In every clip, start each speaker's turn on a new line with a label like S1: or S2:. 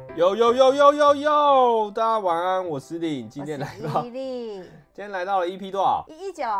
S1: 哟，大家晚安，我是林，今天来到，
S2: 今
S1: 天来到了 EP 多少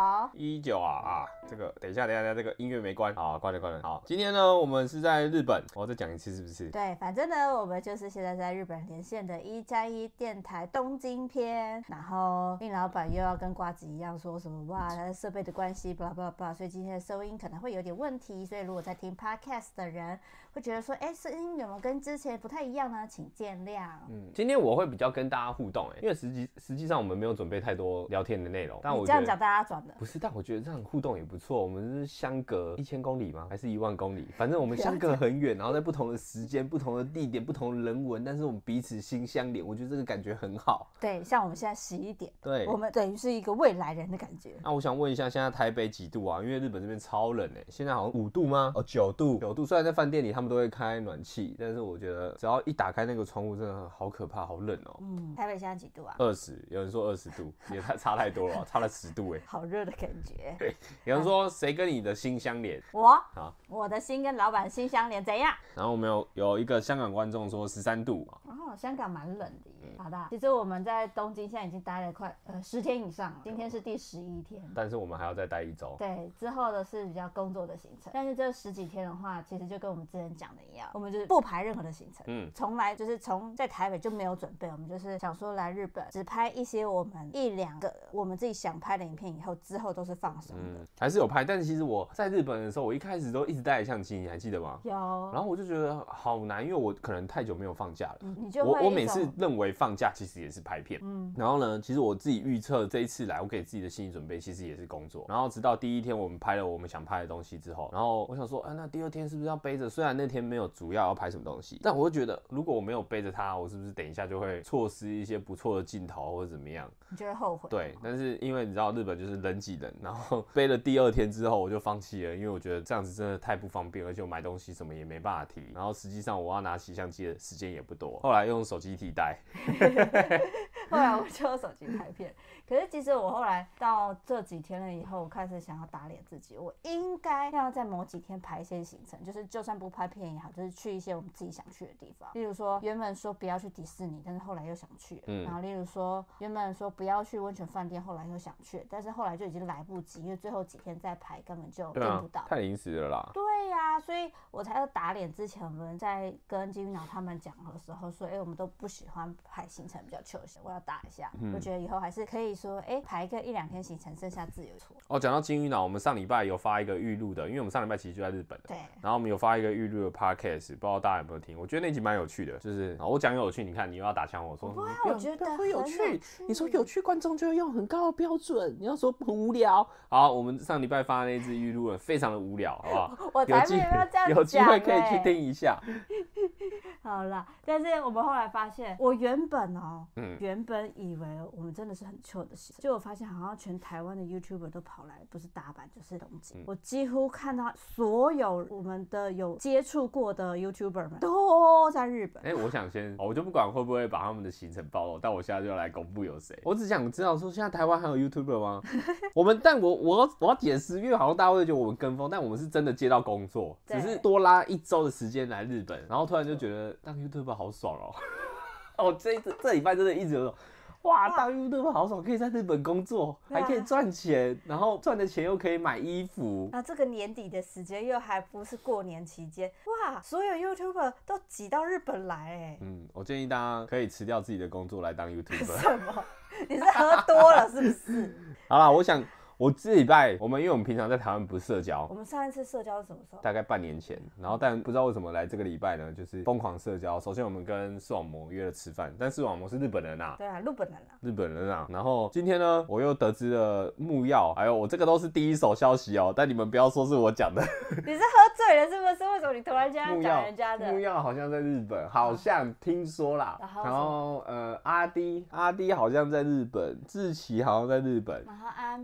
S2: 119
S1: 啊，这个等一下，这个音乐没关，好，关了。好，今天呢，我们是在日本，我再讲一次是不是？
S2: 对，反正呢，我们就是现在在日本连线的1+1电台东京篇，然后令老板又要跟瓜子一样说什么哇，他的设备的关系，blah blah blah，所以今天的收音可能会有点问题，所以如果在听 podcast 的人会觉得说，声音有没有跟之前不太一样呢？请见谅。
S1: 今天我会比较跟大家互动，因为实际上我们没有准备太多聊天的内容，但我觉得
S2: 你这样讲大家转的
S1: 不是，但我觉得这样互动也不错。我们是相隔1000公里吗？还是10000公里？反正我们相隔很远，然后在不同的时间、不同的地点、不同的人文，但是我们彼此心相连，我觉得这个感觉很好。
S2: 对，像我们现在11点，
S1: 对，
S2: 我们等于是一个未来人的感觉。
S1: 那我想问一下，现在台北几度啊？因为日本这边超冷现在好像5度吗？9度。虽然在饭店里他们都会开暖气，但是我觉得只要一打开那个窗户，真的好可怕，好冷哦。
S2: 台北现在几度啊
S1: ？20，有人说20度，也差太多了，差了10度
S2: 好热的感觉。
S1: 对，有人说谁跟你的心相连？
S2: 我的心跟老板心相连，怎样？
S1: 然后我们有一个香港观众说13度。
S2: 香港蛮冷的耶。好的，其实我们在东京现在已经待了快10天以上了，今天是第11天，
S1: 但是我们还要再待1周。
S2: 对，之后的是比较工作的行程，但是这10几天的话，其实就跟我们之前讲的一样，我们就是不排任何的行程，从来就是在台北就没有准备，我们就是想说来日本只拍一些我们1-2个我们自己想拍的影片，以后之后都是放松的。
S1: 还是有拍，但是其实我在日本的时候，我一开始都一直带着相机，你还记得吗？
S2: 有。
S1: 然后我就觉得好难，因为我可能太久没有放假了。
S2: 你就会
S1: 我每次认为放假其实也是拍片，然后呢，其实我自己预测这一次来，我给自己的心理准备其实也是工作。然后直到第1天我们拍了我们想拍的东西之后，然后我想说，那第2天是不是要背着？虽然那天没有主要拍什么东西，但我就觉得如果我没有背着它，我是不是等一下就会错失一些不错的镜头或者怎么样？
S2: 你就会后悔。
S1: 对，但是因为你知道日本就是人挤人，然后背了第2天之后我就放弃了，因为我觉得这样子真的太不方便，而且我买东西什么也没办法提，然后实际上我要拿起相机的时间也不多，后来用手机替代。
S2: 后来我就用手机拍片，可是其实我后来到这几天了以后，我开始想要打脸自己，我应该要在某几天排一些行程，就是就算不拍片也好，就是去一些我们自己想去的地方。例如说原本说不要去迪士尼，但是后来又想去了，然后例如说原本说不要去温泉饭店，后来又想去，但是后来就已经来不及，因为最后几天再排根本就跟不到，
S1: 太临时了啦。
S2: 对呀，所以我才要打脸。之前我们在跟金鱼脑他们讲的时候说，我们都不喜欢排行程比较休闲，我要打一下。我觉得以后还是可以说，排个1-2天行程，剩下自由错。
S1: 讲到金鱼脑，我们上礼拜有发一个预录的，因为我们上礼拜其实就在日本了。
S2: 对。
S1: 然后我们有发一个预录的 podcast， 不知道大家有没有听？我觉得那集蛮有趣的，就是我讲有趣，你看你又要打枪我说，
S2: 不会，我觉得很有趣。
S1: 你说有趣，观众就会用很高的标准，你要说很无聊。好，我们上礼拜发的那支预录了，非常的无聊，好不好？
S2: 我才没有要这样讲。
S1: 有机会可以去听一下。
S2: 好啦，但是我们后来发现，我原本以为我们真的是很 chill 的事，结果我发现好像全台湾的 YouTuber 都跑来，不是大阪就是东京。我几乎看到所有我们的有接触过的 YouTuber 们都在日本。
S1: 我想我就不管会不会把他们的行程暴露，但我现在就来公布有谁。我只想知道说，现在台湾还有 YouTuber 吗？我要解释，因为好像大家会觉得我们跟风，但我们是真的接到工作，只是多拉1周的时间来日本，然后突然就觉得当 YouTuber 好爽哦。这礼拜真的一直有种，哇，当 YouTuber 好爽，可以在日本工作，还可以赚钱，然后赚的钱又可以买衣服。
S2: 那这个年底的时间又还不是过年期间，哇，所有 YouTuber 都挤到日本来
S1: 我建议大家可以辞掉自己的工作来当 YouTuber。
S2: 什么？你是喝多了是不是？
S1: 好啦，我这礼拜因为我们平常在台湾不社交，
S2: 我们上一次社交是什么时候？
S1: 大概半年前，然后但不知道为什么来这个礼拜呢，就是疯狂社交。首先我们跟视网膜约了吃饭，但视网膜是日本人啊。
S2: 对啊，日本人啊。
S1: 然后今天呢，我又得知了木曜，还有我这个都是第一手消息但你们不要说是我讲的。
S2: 你是喝醉了是不是？为什么你突然间讲人家的？
S1: 木曜好像在日本，好像听说啦。然后阿迪好像在日本，志奇好像在日本。
S2: 然后安边缘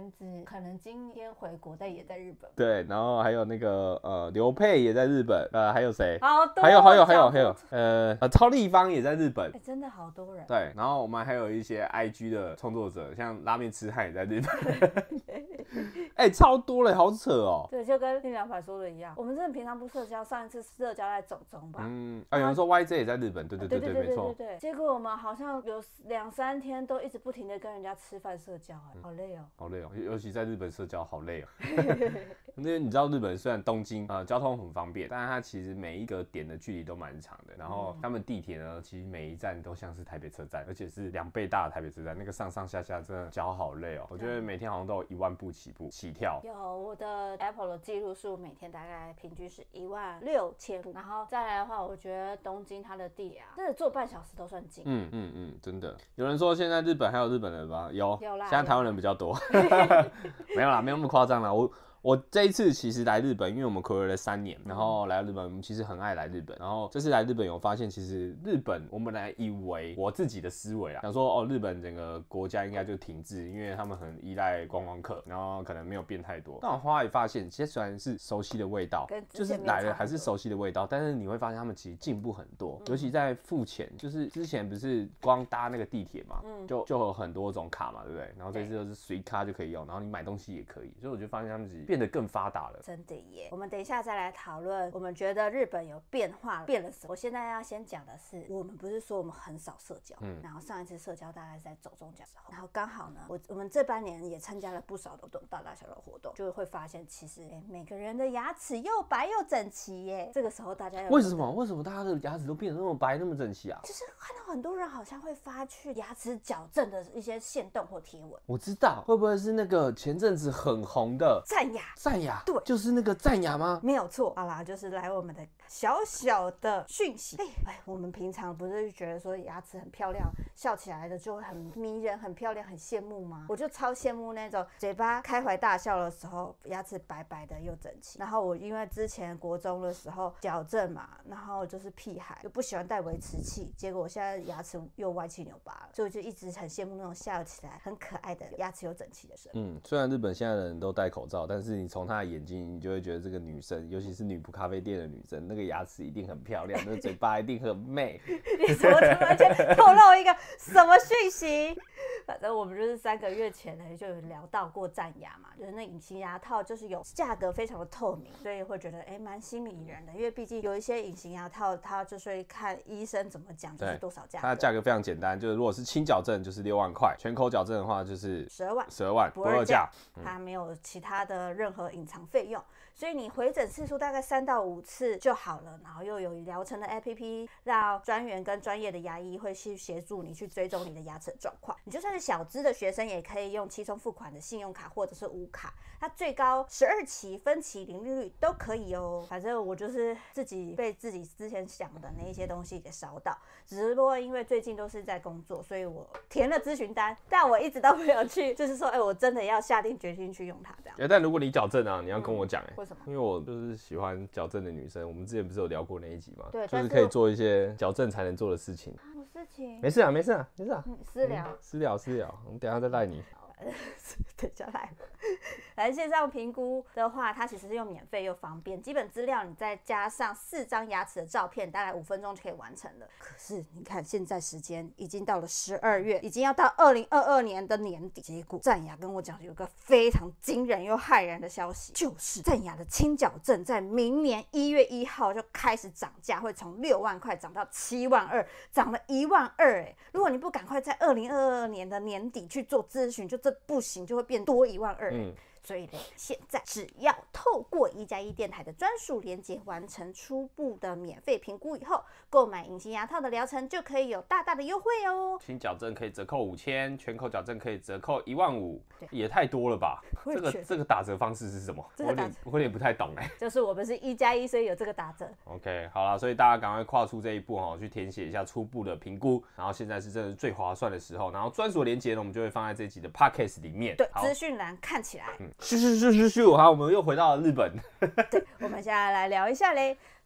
S2: 丸子可能今天回国，但也在日本。
S1: 对，然后还有那个刘佩也在日本，还有谁？
S2: 好多，
S1: 还有超立方也在日本。
S2: 真的好多人。
S1: 对，然后我们还有一些 IG 的创作者，像拉面痴汉也在日本。超多嘞，好扯哦。
S2: 对，就跟另2排说的一样，我们真的平常不社交，上一次社交在走中吧。
S1: 有人说 YJ 也在日本，对，没错。
S2: 对，结果我们好像有2-3天都一直不停的跟人家吃饭社交，好累哦。
S1: 好累哦，尤其在日本社交好累哦。因为你知道日本虽然东京交通很方便，但是它其实每一个点的距离都蛮长的，然后他们地铁呢，其实每一站都像是台北车站，而且是2倍大的台北车站，那个上上下下真的脚好累哦。我觉得每天好像都有1万步起跳。
S2: 有我的 Apple 的记录数，每天大概平均是16000步，然后再来的话，我觉得东京它的地啊，真的坐半小时都算近。
S1: 真的。有人说现在日本还有日本人吗？有啦，现在台湾人比较多。没有啦，没有那么夸张啦。我这一次其实来日本，因为我们睽违了3年，然后来日本，我们其实很爱来日本。然后这次来日本有发现，其实日本我们来以为我自己的思维啊，想说日本整个国家应该就停滞，因为他们很依赖观光客，然后可能没有变太多。但我后来发现，其实虽然是熟悉的味道，就是来了还是熟悉的味道，但是你会发现他们其实进步很多，尤其在付钱，就是之前不是光搭那个地铁嘛，就有很多种卡嘛，对不对？然后这次就是随卡就可以用，然后你买东西也可以，所以我就发现他们其实变得更发达了。
S2: 真的耶！我们等一下再来讨论，我们觉得日本有变化，变了什么？我现在要先讲的是，我们不是说我们很少社交，然后上一次社交大概是在走中奖的时候，然后刚好呢，我们这半年也参加了不少的大大小小的活动，就会发现其实每个人的牙齿又白又整齐耶。这个时候大家
S1: 为什么大家的牙齿都变得那么白那么整齐啊？
S2: 就是看到很多人好像会发去牙齿矫正的一些限动或贴文。
S1: 我知道，会不会是那个前阵子很红的
S2: 赞牙？
S1: 对，就是那个赞牙吗？
S2: 没有错。好啦，就是来我们的小小的讯息。我们平常不是觉得说牙齿很漂亮，笑起来的就会很迷人、很漂亮、很羡慕吗？我就超羡慕那种嘴巴开怀大笑的时候，牙齿白白的又整齐。然后我因为之前国中的时候矫正嘛，然后就是屁孩，就不喜欢戴维持器，结果我现在牙齿又歪七扭八了，所以我就一直很羡慕那种笑起来很可爱的牙齿又整齐的人。
S1: 虽然日本现在的人都戴口罩，但是你从他的眼睛，你就会觉得这个女生，尤其是女仆咖啡店的女生，那个牙齿一定很漂亮，那个嘴巴一定很美。
S2: 你怎么突然间透露一个什么讯息？反正我们就是3个月前呢就有聊到过赞牙嘛，就是那隐形牙套就是有价格非常的透明，所以会觉得蛮吸引人的，因为毕竟有一些隐形牙套它就是会看医生怎么讲就是多少价格。
S1: 它的价格非常简单，就是如果是轻矫正就是6万块，全口矫正的话就是12万，不二价，
S2: 它没有其他的任何隐藏费用。所以你回诊次数大概3到5次就好了，然后又有疗程的 APP， 让专员跟专业的牙医会去协助你去追踪你的牙齿状况。你就算是小资的学生，也可以用轻松付款的信用卡或者是无卡，它最高12期分期零利率都可以哦。反正我就是自己被自己之前想的那一些东西给烧到，只不过因为最近都是在工作，所以我填了咨询单，但我一直都没有去，就是说我真的要下定决心去用它这样。
S1: 但如果你矫正啊，你要跟我讲
S2: 为什么？
S1: 因为我就是喜欢矫正的女生，我们之前不是有聊过那一集吗？
S2: 对，
S1: 就是可以做一些矫正才能做的事情。
S2: 事情
S1: 没事啊，
S2: 私
S1: 聊，我们等一下再赖你。
S2: 等下来，反正线上评估的话，它其实是又免费又方便，基本资料你再加上4张牙齿的照片，大概5分钟就可以完成了。可是你看，现在时间已经到了12月，已经要到2022年的年底，结果赞牙跟我讲有个非常惊人又骇人的消息，就是赞牙的轻矫正在明年1月1号就开始涨价，会从6万块涨到7万2，涨了1万2。如果你不赶快在2022年的年底去做咨询，就这不行，就会变多1万2。所以呢，现在只要透过1+1电台的专属连结完成初步的免费评估以后，购买隐形牙套的疗程就可以有大大的优惠哦。
S1: 轻矫正可以折扣5000，全口矫正可以折扣1万5，也太多了吧？这个打折方式是什么？我有点不太懂
S2: 就是我们是1+1，所以有这个打折。
S1: OK， 好啦，所以大家赶快跨出这一步去填写一下初步的评估，然后现在是真的是最划算的时候，然后专属连结呢，我们就会放在这一集的 Podcast 里面。
S2: 对，资讯栏看起来。
S1: 好，我们又回到了日本。
S2: 对，我们现在来聊一下嘞。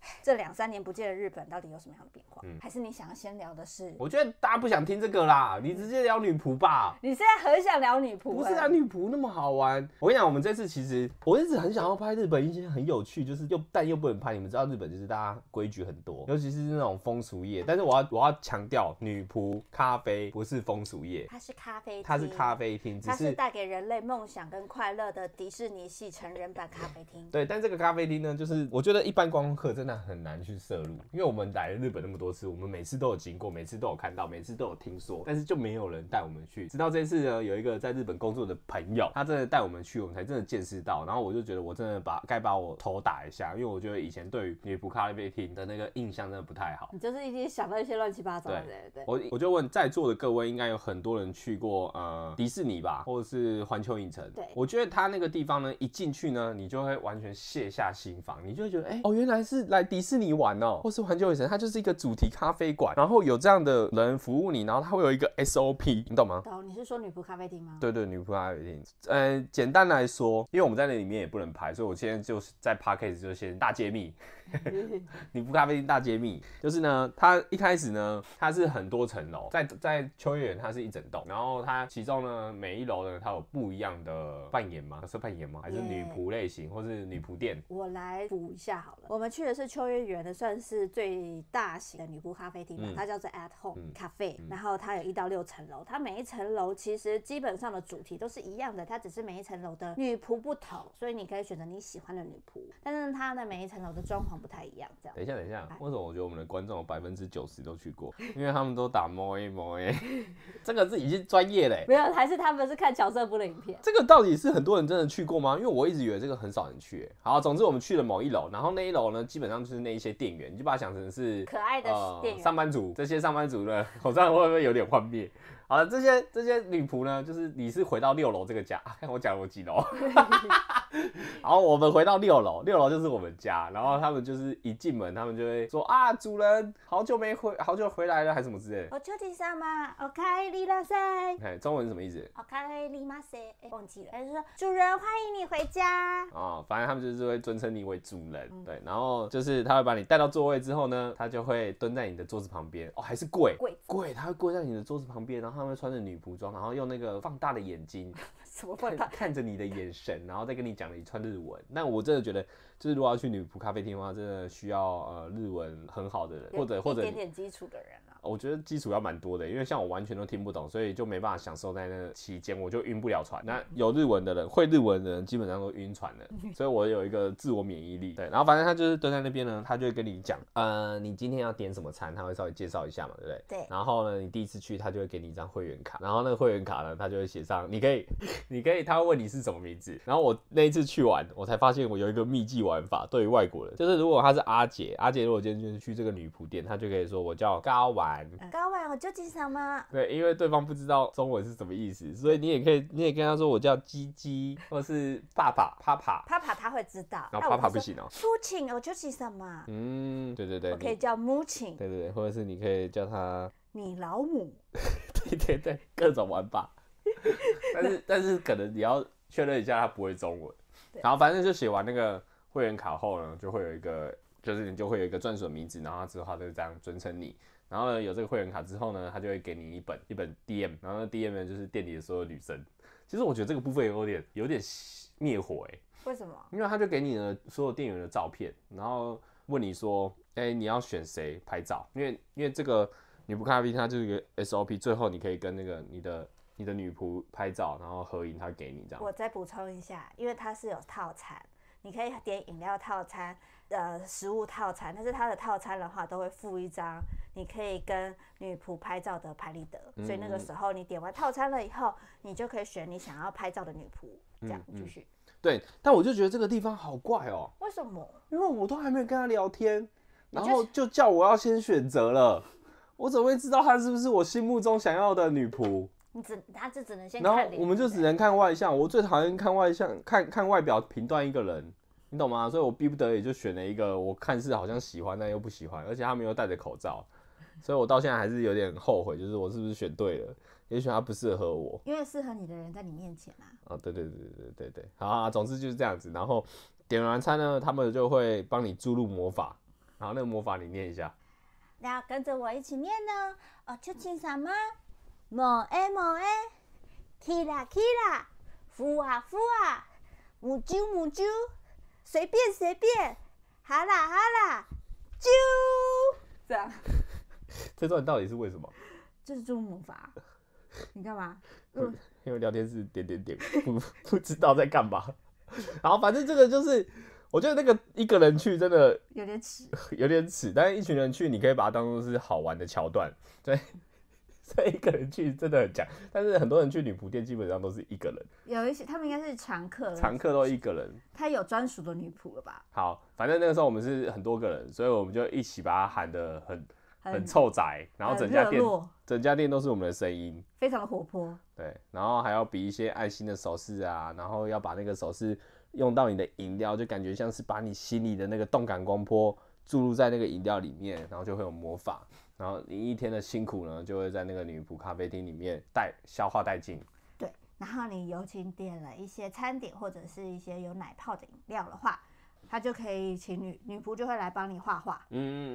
S2: 这2-3年不见的日本到底有什么样的变化？还是你想要先聊的是？
S1: 我觉得大家不想听这个啦，你直接聊女仆吧。
S2: 你现在很想聊女仆？
S1: 不是啊，女仆那么好玩。我跟你讲，我们这次其实我一直很想要拍日本一些很有趣，就是但又不能拍。你们知道日本就是大家规矩很多，尤其是那种风俗业。但是我要强调，女仆咖啡不是风俗业，
S2: 它是咖啡厅，
S1: 它是咖啡厅，
S2: 它是带给人类梦想跟快乐的迪士尼系成人版咖啡厅。
S1: 对，但这个咖啡厅呢，就是我觉得一般观光客真的很难去摄入，因为我们来了日本那么多次，我们每次都有经过，每次都有看到，每次都有听说，但是就没有人带我们去。直到这次呢，有一个在日本工作的朋友，他真的带我们去，我们才真的见识到。然后我就觉得我真的该把我头打一下，因为我觉得以前对于女仆咖啡厅的那个印象真的不太好。
S2: 你就是一直想到一些乱七八糟的。对，
S1: 我就问在座的各位，应该有很多人去过迪士尼吧，或者是环球影城。
S2: 对，
S1: 我觉得他那个地方呢，一进去呢，你就会完全卸下心防，你就会觉得，原来是来迪士尼玩哦，或是环球影城，它就是一个主题咖啡馆，然后有这样的人服务你，然后他会有一个 SOP， 你懂吗？
S2: 懂，你是说女仆咖啡厅吗？
S1: 对，女仆咖啡厅。简单来说，因为我们在那里面也不能拍，所以我现在就是在 Podcast 就先大揭秘。女仆咖啡厅大揭秘，就是呢，它一开始呢，它是很多层楼，在秋叶原它是一整栋，然后它其中呢每一楼呢，它有不一样的扮演吗？是扮演吗？还是女仆类型，或是女仆店？
S2: 我来补一下好了，我们去的是秋叶原的，算是最大型的女仆咖啡厅吧，它叫做 At Home Cafe，然后它有1到6层楼，它每一层楼其实基本上的主题都是一样的，它只是每一层楼的女仆不同，所以你可以选择你喜欢的女仆，但是它的每一层楼的装潢不太一样。这样。
S1: 等一下，为什么我觉得我们的观众有90%都去过？因为他们都打摸一，这个是已经专业嘞。
S2: 没有，还是他们是看乔瑟夫的影片。
S1: 这个到底是很多人真的去过吗？因为我一直以为这个很少人去。好，总之我们去了某一楼，然后那一楼呢，基本上就是那一些店员，你就把它想成是
S2: 可爱的店员、
S1: 上班族。这些上班族呢，我这样会不会有点幻灭？好了，这些女仆呢，就是你是回到6楼这个家，看我讲了几楼。然后我们回到6楼，6楼就是我们家，然后他们就是一进门，他们就会说啊，主人好久回来了，还是什么之类的。
S2: お嬢様、お帰りなさい。
S1: 中文是什么意思？
S2: お帰りませ。忘记了，他就说主人欢迎你回家。
S1: 反正他们就是会尊称你为主人，对，然后就是他会把你带到座位之后呢，他就会蹲在你的桌子旁边，还是跪，他会跪在你的桌子旁边，然后他们会穿着女仆装，然后用那个放大的眼睛。
S2: 什么放大？
S1: 看着你的眼神，然后再跟你讲了一串日文。那我真的觉得，就是如果要去女仆咖啡厅的话，真的需要日文很好的人，或者
S2: 一点点基础的人啊。
S1: 我觉得基础要蛮多的，因为像我完全都听不懂，所以就没办法享受在那期间，我就晕不了船。那有日文的人，会日文的人，基本上都晕船了，所以我有一个自我免疫力。对，然后反正他就是蹲在那边呢，他就会跟你讲，你今天要点什么餐，他会稍微介绍一下嘛，对不对？
S2: 对。
S1: 然后呢，你第一次去，他就会给你一张会员卡，然后那个会员卡呢，他就会写上，你可以，他会问你是什么名字。然后我那一次去玩，我才发现我有一个秘技玩法，对于外国人，就是如果他是阿姐如果今天就是去这个女仆店，他就可以说我叫高丸。
S2: 我就经常吗？
S1: 对，因为对方不知道中文是什么意思，所以你也跟他说我叫鸡鸡，或是爸爸
S2: 他会知道。
S1: 然后爸爸不行哦。
S2: 父亲，我就经常吗？
S1: 对，
S2: 我可以叫母亲。
S1: 对，或者是你可以叫他
S2: 你老母。
S1: 对，各种玩法。但是可能你要确认一下他不会中文。然后反正就写完那个会员卡后呢，就会有一个，就是你就会有一个专属的名字，然后之后他就这样尊称你。然后呢，有这个会员卡之后呢，他就会给你一本 DM， 然后那 DM 呢就是店里的所有女生。其实我觉得这个部分有点灭火
S2: 为什么？
S1: 因为他就给你的所有店员的照片，然后问你说，你要选谁拍照？因为这个女仆咖啡它就是一个 SOP， 最后你可以跟那个你的女仆拍照，然后合影，他给你这样。
S2: 我再补充一下，因为它是有套餐，你可以点饮料套餐、食物套餐，但是它的套餐的话都会附一张你可以跟女仆拍照的拍立得，所以那个时候你点完套餐了以后，你就可以选你想要拍照的女仆，这样继续。
S1: 对，但我就觉得这个地方好怪哦。
S2: 为什么？
S1: 因为我都还没有跟他聊天，然后就叫我要先选择了，我怎么会知道她是不是我心目中想要的女仆？
S2: 他就只能先看脸，
S1: 然后我们就只能看外相。我最讨厌看外相，看外表评断一个人，你懂吗？所以我逼不得已就选了一个我看似好像喜欢但又不喜欢，而且他们又戴着口罩，所以我到现在还是有点后悔，就是我是不是选对了？也许他不适合我，
S2: 因为适合你的人在你面前啊。
S1: 对，好，总之就是这样子。然后点完餐呢，他们就会帮你注入魔法。 好，那个魔法你念一下。
S2: 那跟着我一起念呢。就请什么？某 A 某 A， Kira Kira， 呼啊呼啊，母啾母啾，随便随便，哈啦哈啦，啾，这样。
S1: 这段到底是为什么？
S2: 这是中文魔法。你干嘛？
S1: 因为聊天室点点点，不知道在干嘛。然后反正这个就是，我觉得那个一个人去真的
S2: 有点耻，
S1: 有点耻，但是一群人去，你可以把它当做是好玩的桥段。对，所以一个人去真的很强，但是很多人去女仆店基本上都是一个人。
S2: 有一些他们应该是常客，
S1: 常客都一个人。
S2: 他有专属的女仆了吧？
S1: 好，反正那个时候我们是很多个人，所以我们就一起把它喊得很臭宅，然后整家店都是我们的声音，
S2: 非常的活泼。
S1: 对，然后还要比一些爱心的手势啊，然后要把那个手势用到你的饮料，就感觉像是把你心里的那个动感光波注入在那个饮料里面，然后就会有魔法，然后你一天的辛苦呢，就会在那个女仆咖啡厅里面消化殆尽。
S2: 对，然后你尤其点了一些餐点或者是一些有奶泡的饮料的话，他就可以请女仆就会来帮你画画。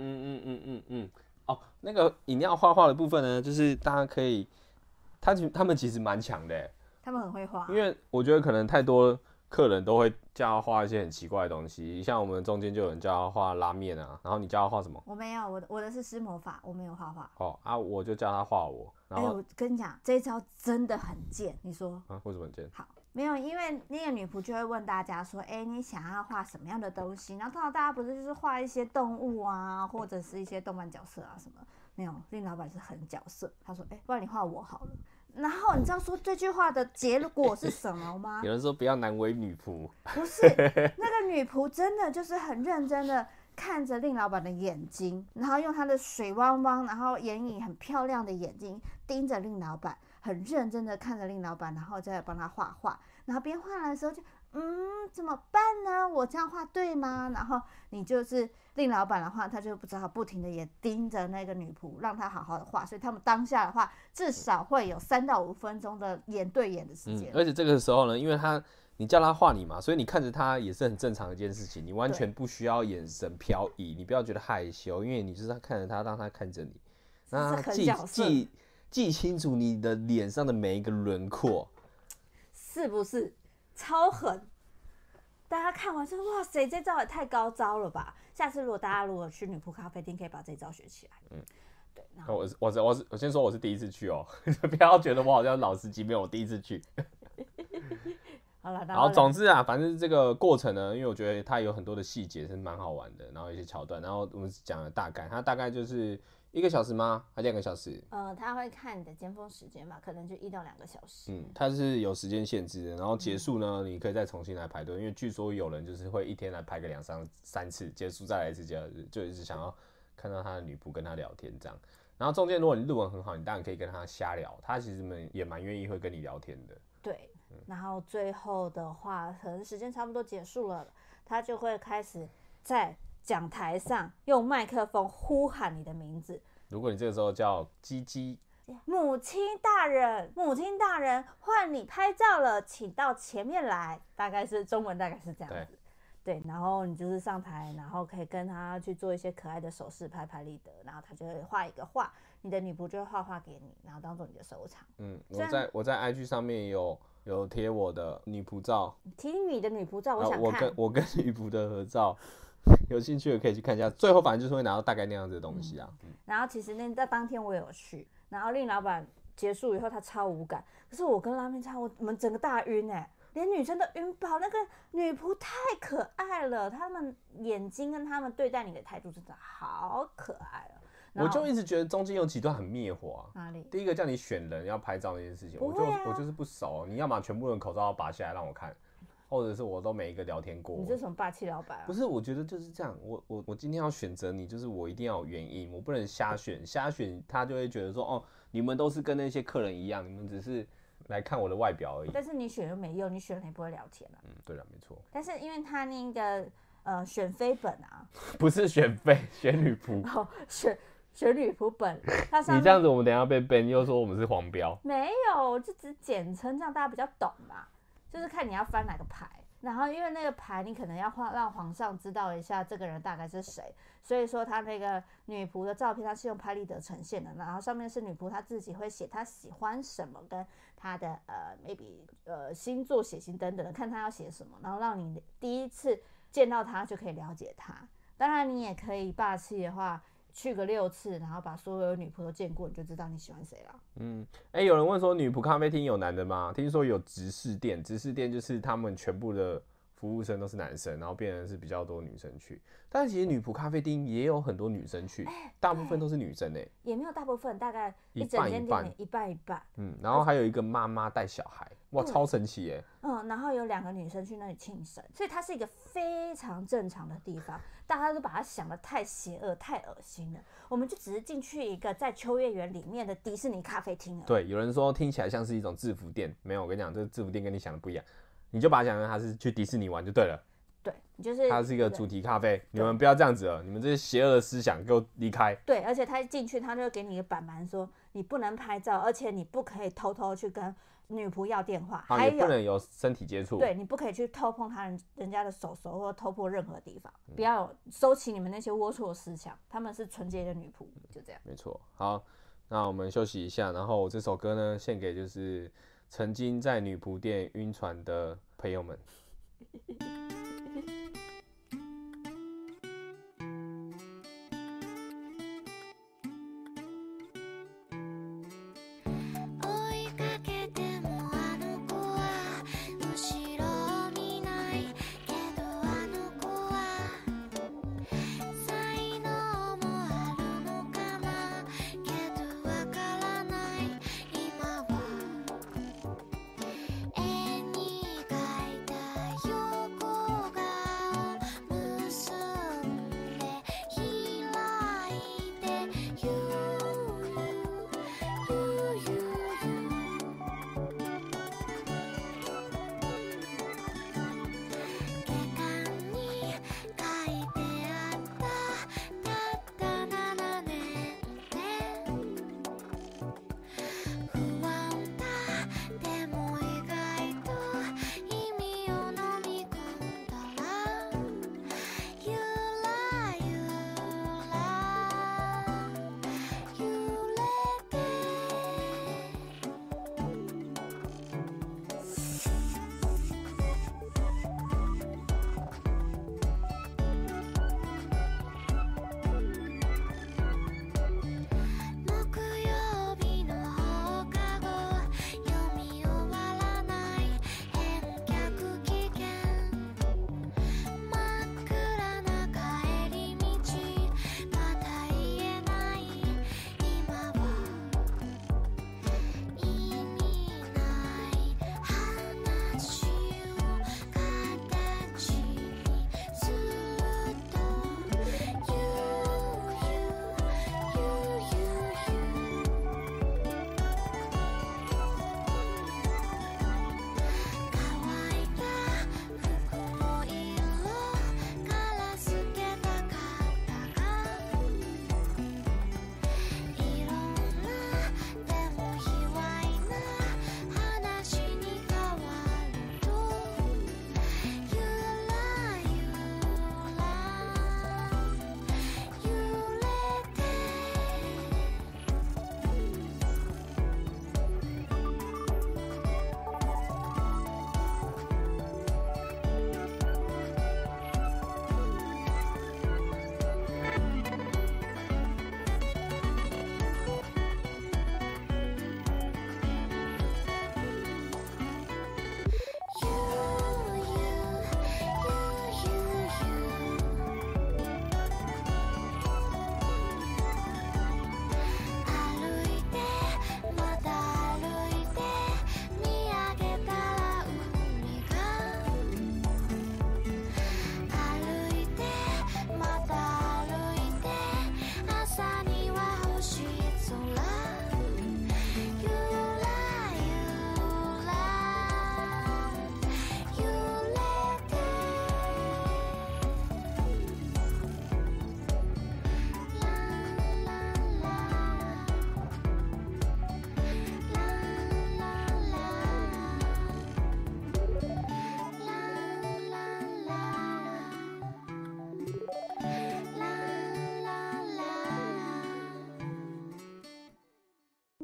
S1: 哦，那个饮料画画的部分呢，就是大家可以，他们其实蛮强的，
S2: 他们很会画，
S1: 因为我觉得可能太多客人都会叫他画一些很奇怪的东西，像我们中间就有人叫他画拉面啊，然后你叫他画什么？
S2: 我没有，我的是施魔法，我没有画画。
S1: 哦啊，我就叫他画我，然后
S2: 我跟你讲，这一招真的很贱，你说
S1: 啊？为什么很贱？
S2: 好。没有，因为那个女仆就会问大家说：“你想要画什么样的东西？”然后通常大家不是就是画一些动物啊，或者是一些动漫角色啊什么？没有，令老板是很角色。他说：“不然你画我好了。”然后你知道说这句话的结果是什么吗？
S1: 有人说不要难为女仆，
S2: 不是，那个女仆真的就是很认真的看着令老板的眼睛，然后用她的水汪汪，然后眼影很漂亮的眼睛盯着令老板。很认真的看着令老板，然后再帮他画画，然后边画的时候就怎么办呢？我这样画对吗？然后你就是令老板的话，他就不知道不停的也盯着那个女仆，让她好好的画，所以他们当下的话至少会有3到5分钟的眼对眼的时间。
S1: 而且这个时候呢，因为你叫他画你嘛，所以你看着他也是很正常的一件事情，你完全不需要眼神飘移，你不要觉得害羞，因为你就是看着他，让他看着你，那记清楚你的脸上的每一个轮廓，
S2: 是不是超狠？大家看完说哇塞，这招也太高招了吧！下次大家如果去女仆咖啡厅，可以把这招学起来。对。
S1: 我先说我是第一次去哦，不要觉得我好像老司机，没有，我第一次去。
S2: 好了，
S1: 然后总之啊，反正这个过程呢，因为我觉得它有很多的细节是蛮好玩的，然后一些桥段，然后我们讲了大概，它大概就是1个小时吗？还2个小时？
S2: 他会看你的尖峰时间吧，可能就1到2个小时。
S1: 它是有时间限制的，然后结束呢，你可以再重新来排队，因为据说有人就是会一天来排个2、3次，结束再来一次，就一直想要看到他的女仆跟他聊天这样。然后中间如果你日文很好，你当然可以跟他瞎聊，他其实也蛮愿意会跟你聊天的。
S2: 对。然后最后的话，可能时间差不多结束了，他就会开始在讲台上用麦克风呼喊你的名字。
S1: 如果你这个时候叫鸡鸡，
S2: 母亲大人，母亲大人，换你拍照了，请到前面来。大概是中文，大概是这样子。对，然后你就是上台，然后可以跟他去做一些可爱的手势，拍拍立得，然后他就会画一个画，你的女仆就会画画给你，然后当做你的收藏。
S1: 我在 IG 上面有贴我的女仆照，
S2: 贴你的女仆照，我想看。
S1: 我跟女仆的合照，有兴趣的可以去看一下。最后反正就是会拿到大概那样子的东西啊。
S2: 然后其实在当天我有去，然后令老板结束以后他超无感，可是我跟拉面超，我们整个大晕连女生都晕爆。那个女仆太可爱了，他们眼睛跟他们对待你的态度真的好可爱了。
S1: 我就一直觉得中间有几段很灭火
S2: 哪里？
S1: 第一个叫你选人要拍照那件事情，我就是不熟，你要么全部人口罩要拔下来让我看，或者是我都每一个聊天过。
S2: 你这是什么霸气老板啊？
S1: 不是，我觉得就是这样。我今天要选择你，就是我一定要有原因，我不能瞎选他就会觉得说你们都是跟那些客人一样，你们只是来看我的外表而已。
S2: 但是你选又没用，你选了也不会聊天啊。
S1: 对了，没错。
S2: 但是因为他那个选妃本啊，
S1: 不是选妃，选女仆。
S2: 选女仆本，
S1: 你这样子，我们等一下被 ban 又说我们是黄标。
S2: 没有，就只简称，这样大家比较懂嘛。就是看你要翻哪个牌。 然后因为那个牌你可能要让皇上知道一下这个人大概是谁，所以说他那个女仆的照片它是用拍立得呈现的，然后上面是女仆她自己会写她喜欢什么跟她的maybe星座血型等等的，看她要写什么，然后让你第一次见到她就可以了解她。当然你也可以霸气的话去个6次，然后把所有女仆都见过，你就知道你喜欢谁了。
S1: 有人问说女仆咖啡厅有男的吗？听说有直视店，直视店就是他们全部的服务生都是男生，然后变成是比较多女生去。但其实女仆咖啡厅也有很多女生去，大部分都是女生
S2: 也没有大部分，大概一整间店里一半一半。
S1: 然后还有一个妈妈带小孩，哇，超神奇耶。
S2: 然后有2个女生去那里庆生，所以它是一个非常正常的地方。大家都把它想得太邪恶、太恶心了。我们就只是进去一个在秋叶原里面的迪士尼咖啡厅了。
S1: 对，有人说听起来像是一种制服店，没有，我跟你讲，这个制服店跟你想的不一样，你就把它想成它是去迪士尼玩就对了。
S2: 对，就是
S1: 它是一个主题咖啡，你们不要这样子了，你们这些邪恶的思想给我离开。
S2: 对，而且他一进去，他就会给你一个板板说，你不能拍照，而且你不可以偷偷去跟女仆要电话，还有
S1: 也不能有身体接触。
S2: 对，你不可以去偷碰人家的手或偷碰任何地方，不要收起你们那些龌龊思想，他们是纯洁的女仆，就这样。
S1: 没错，好，那我们休息一下，然后这首歌呢，献给就是曾经在女仆店晕船的朋友们。
S3: 絵に描いた横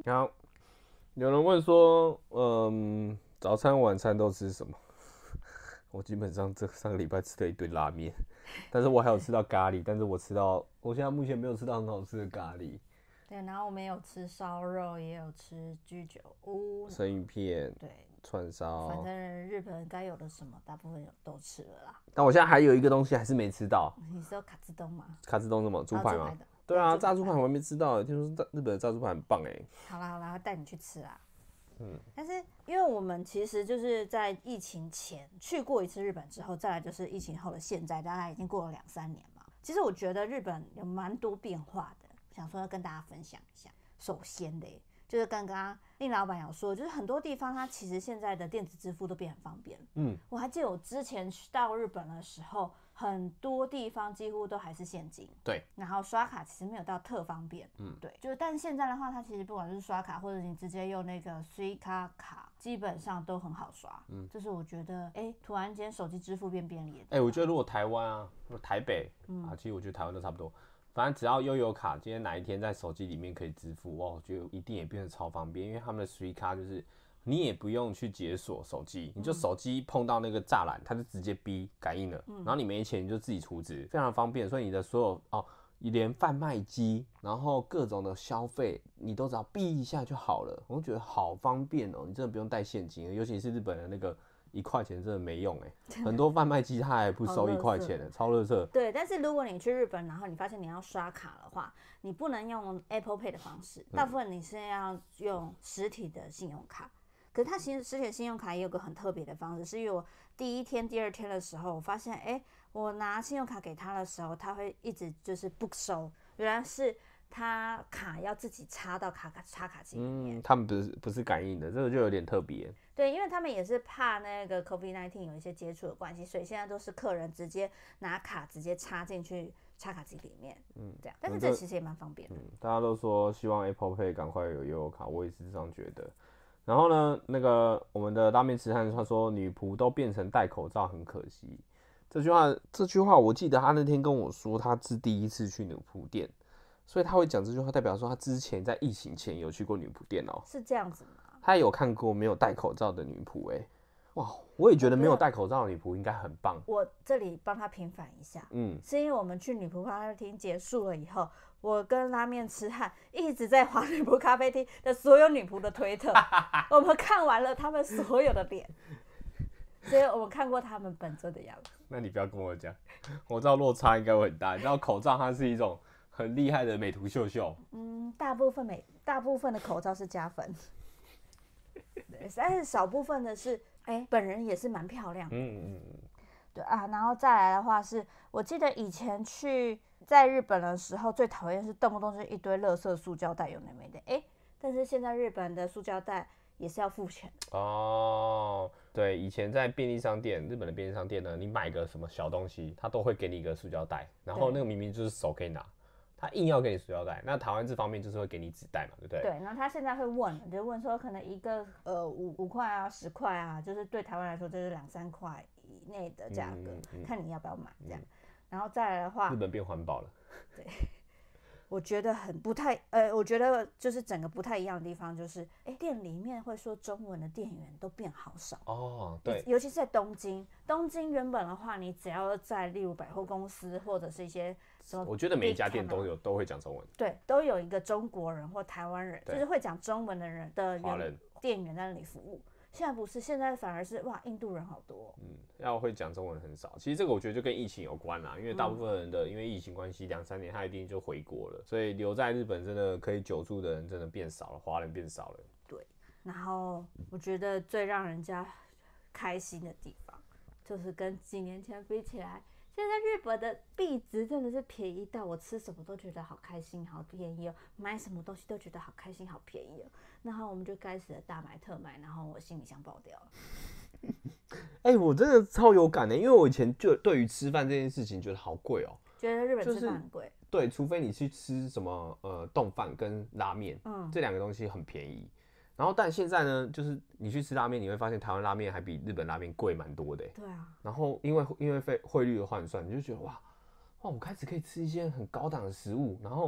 S1: 然后有人问说，早餐晚餐都吃什么？我基本上上个礼拜吃了一堆拉面，但是我还有吃到咖喱，但是我现在目前没有吃到很好吃的咖喱。
S2: 对，然后我们有吃烧肉，也有吃居酒屋、
S1: 生鱼片，
S2: 对，
S1: 串烧，
S2: 反正日本该有的什么，大部分都吃了啦。
S1: 但我现在还有一个东西还是没吃到。
S2: 你说卡兹东吗？
S1: 卡兹东什么？猪排吗？
S2: 的
S1: 对啊，炸猪排我还没吃到，听说日本的炸猪排很棒哎。
S2: 好啦，会带你去吃啦。但是因为我们其实就是在疫情前去过一次日本之后，再来就是疫情后的现在，大概已经过了2-3年嘛。其实我觉得日本有蛮多变化的，想说要跟大家分享一下。首先的，就是刚刚令老板有说，就是很多地方它其实现在的电子支付都变很方便。我还记得我之前去到日本的时候，很多地方几乎都还是现金，
S1: 对，
S2: 然后刷卡其实没有到特方便，对，就是但是现在的话，它其实不管是刷卡或者你直接用那个 Suica 卡，基本上都很好刷，就是我觉得，突然间手机支付变便利了，
S1: 我觉得如果台湾啊，台北啊，其实我觉得台湾都差不多。反正只要悠游卡今天哪一天在手机里面可以支付，哇，我觉得一定也变得超方便，因为他们的 Suica 就是你也不用去解锁手机，你就手机碰到那个栅栏，它就直接感应了，然后你没钱你就自己储值，非常方便。所以你的所有你连贩卖机，然后各种的消费，你都只要一下就好了，我觉得好方便哦，你真的不用带现金，尤其是日本的那个1块钱真的没用很多贩卖机它还不收1块钱的，超垃圾。
S2: 对，但是如果你去日本，然后你发现你要刷卡的话，你不能用 Apple Pay 的方式，大部分你是要用实体的信用卡。可是它其实实体的信用卡也有个很特别的方式，是因为我第1天、第2天的时候，我发现，我拿信用卡给他的时候，他会一直就是不收，原来是他卡要自己插到插卡机里面。
S1: 他们不是感应的，这个就有点特别。
S2: 对，因为他们也是怕那个 COVID-19 有一些接触的关系，所以现在都是客人直接拿卡直接插进去插卡机里面，这样。但是这其实也蛮方便的。
S1: 大家都说希望 Apple Pay 赶快有悠游卡，我也是这样觉得。然后呢，那个我们的拉面痴汉他说女仆都变成戴口罩很可惜。这句话我记得他那天跟我说他是第一次去女仆店，所以他会讲这句话，代表说他之前在疫情前有去过女仆店哦。
S2: 是这样子吗？
S1: 他有看过没有戴口罩的女仆哇，我也觉得没有戴口罩的女仆应该很棒。
S2: 我这里帮他平反一下，是因为我们去女仆咖啡厅结束了以后，我跟拉面痴汉一直在滑女仆咖啡厅的所有女仆的推特，我们看完了他们所有的脸，所以我们看过他们本尊的样子。
S1: 那你不要跟我讲，我知道落差应该会很大。你知道口罩它是一种很厉害的美图秀秀，
S2: 大部分的口罩是加分。但是少部分的是，本人也是蛮漂亮的。对啊，然后再来的话是，我记得以前在日本的时候，最讨厌是动不动就是一堆垃圾塑胶袋，有的没的。但是现在日本的塑胶袋也是要付钱的。
S1: 哦，对，以前在便利商店，日本的便利商店呢，你买个什么小东西，他都会给你一个塑胶袋，然后那个明明就是手可以拿。他硬要给你塑胶袋，那台湾这方面就是会给你纸袋嘛，对不对？
S2: 对，然后他现在会问，就问说可能一个5块啊10块啊，就是对台湾来说就是2-3块以内的价格，看你要不要买这样。然后再来的话，
S1: 日本变环保了。
S2: 对，我觉得很不太我觉得就是整个不太一样的地方就是，店里面会说中文的店员都变好少
S1: 哦，对，
S2: 尤其是在东京原本的话，你只要在例如百货公司或者是一些什么，
S1: 我觉得每一家店都会讲中文，
S2: 对，都有一个中国人或台湾人，就是会讲中文的人的店员在那里服务。现在不是，现在反而是哇，印度人好多。
S1: 要会讲中文很少。其实这个我觉得就跟疫情有关啦，因为大部分人因为疫情关系2-3年他一定就回国了，所以留在日本真的可以久住的人真的变少了，华人变少了。
S2: 对，然后我觉得最让人家开心的地方，就是跟几年前比起来，现在日本的币值真的是便宜到我吃什么都觉得好开心、好便宜哦，买什么东西都觉得好开心、好便宜哦。然后我们就开始了大买特买，然后我行李箱爆掉了。
S1: 我真的超有感的，因为我以前就对于吃饭这件事情觉得好贵哦，
S2: 觉得日本吃饭很贵。
S1: 对，除非你去吃什么冻饭跟拉面，这2个东西很便宜。然后但现在呢，就是你去吃拉面，你会发现台湾拉面还比日本拉面贵蛮多的。
S2: 对啊。
S1: 然后因为汇率的换算，你就觉得哇，我开始可以吃一些很高档的食物，然后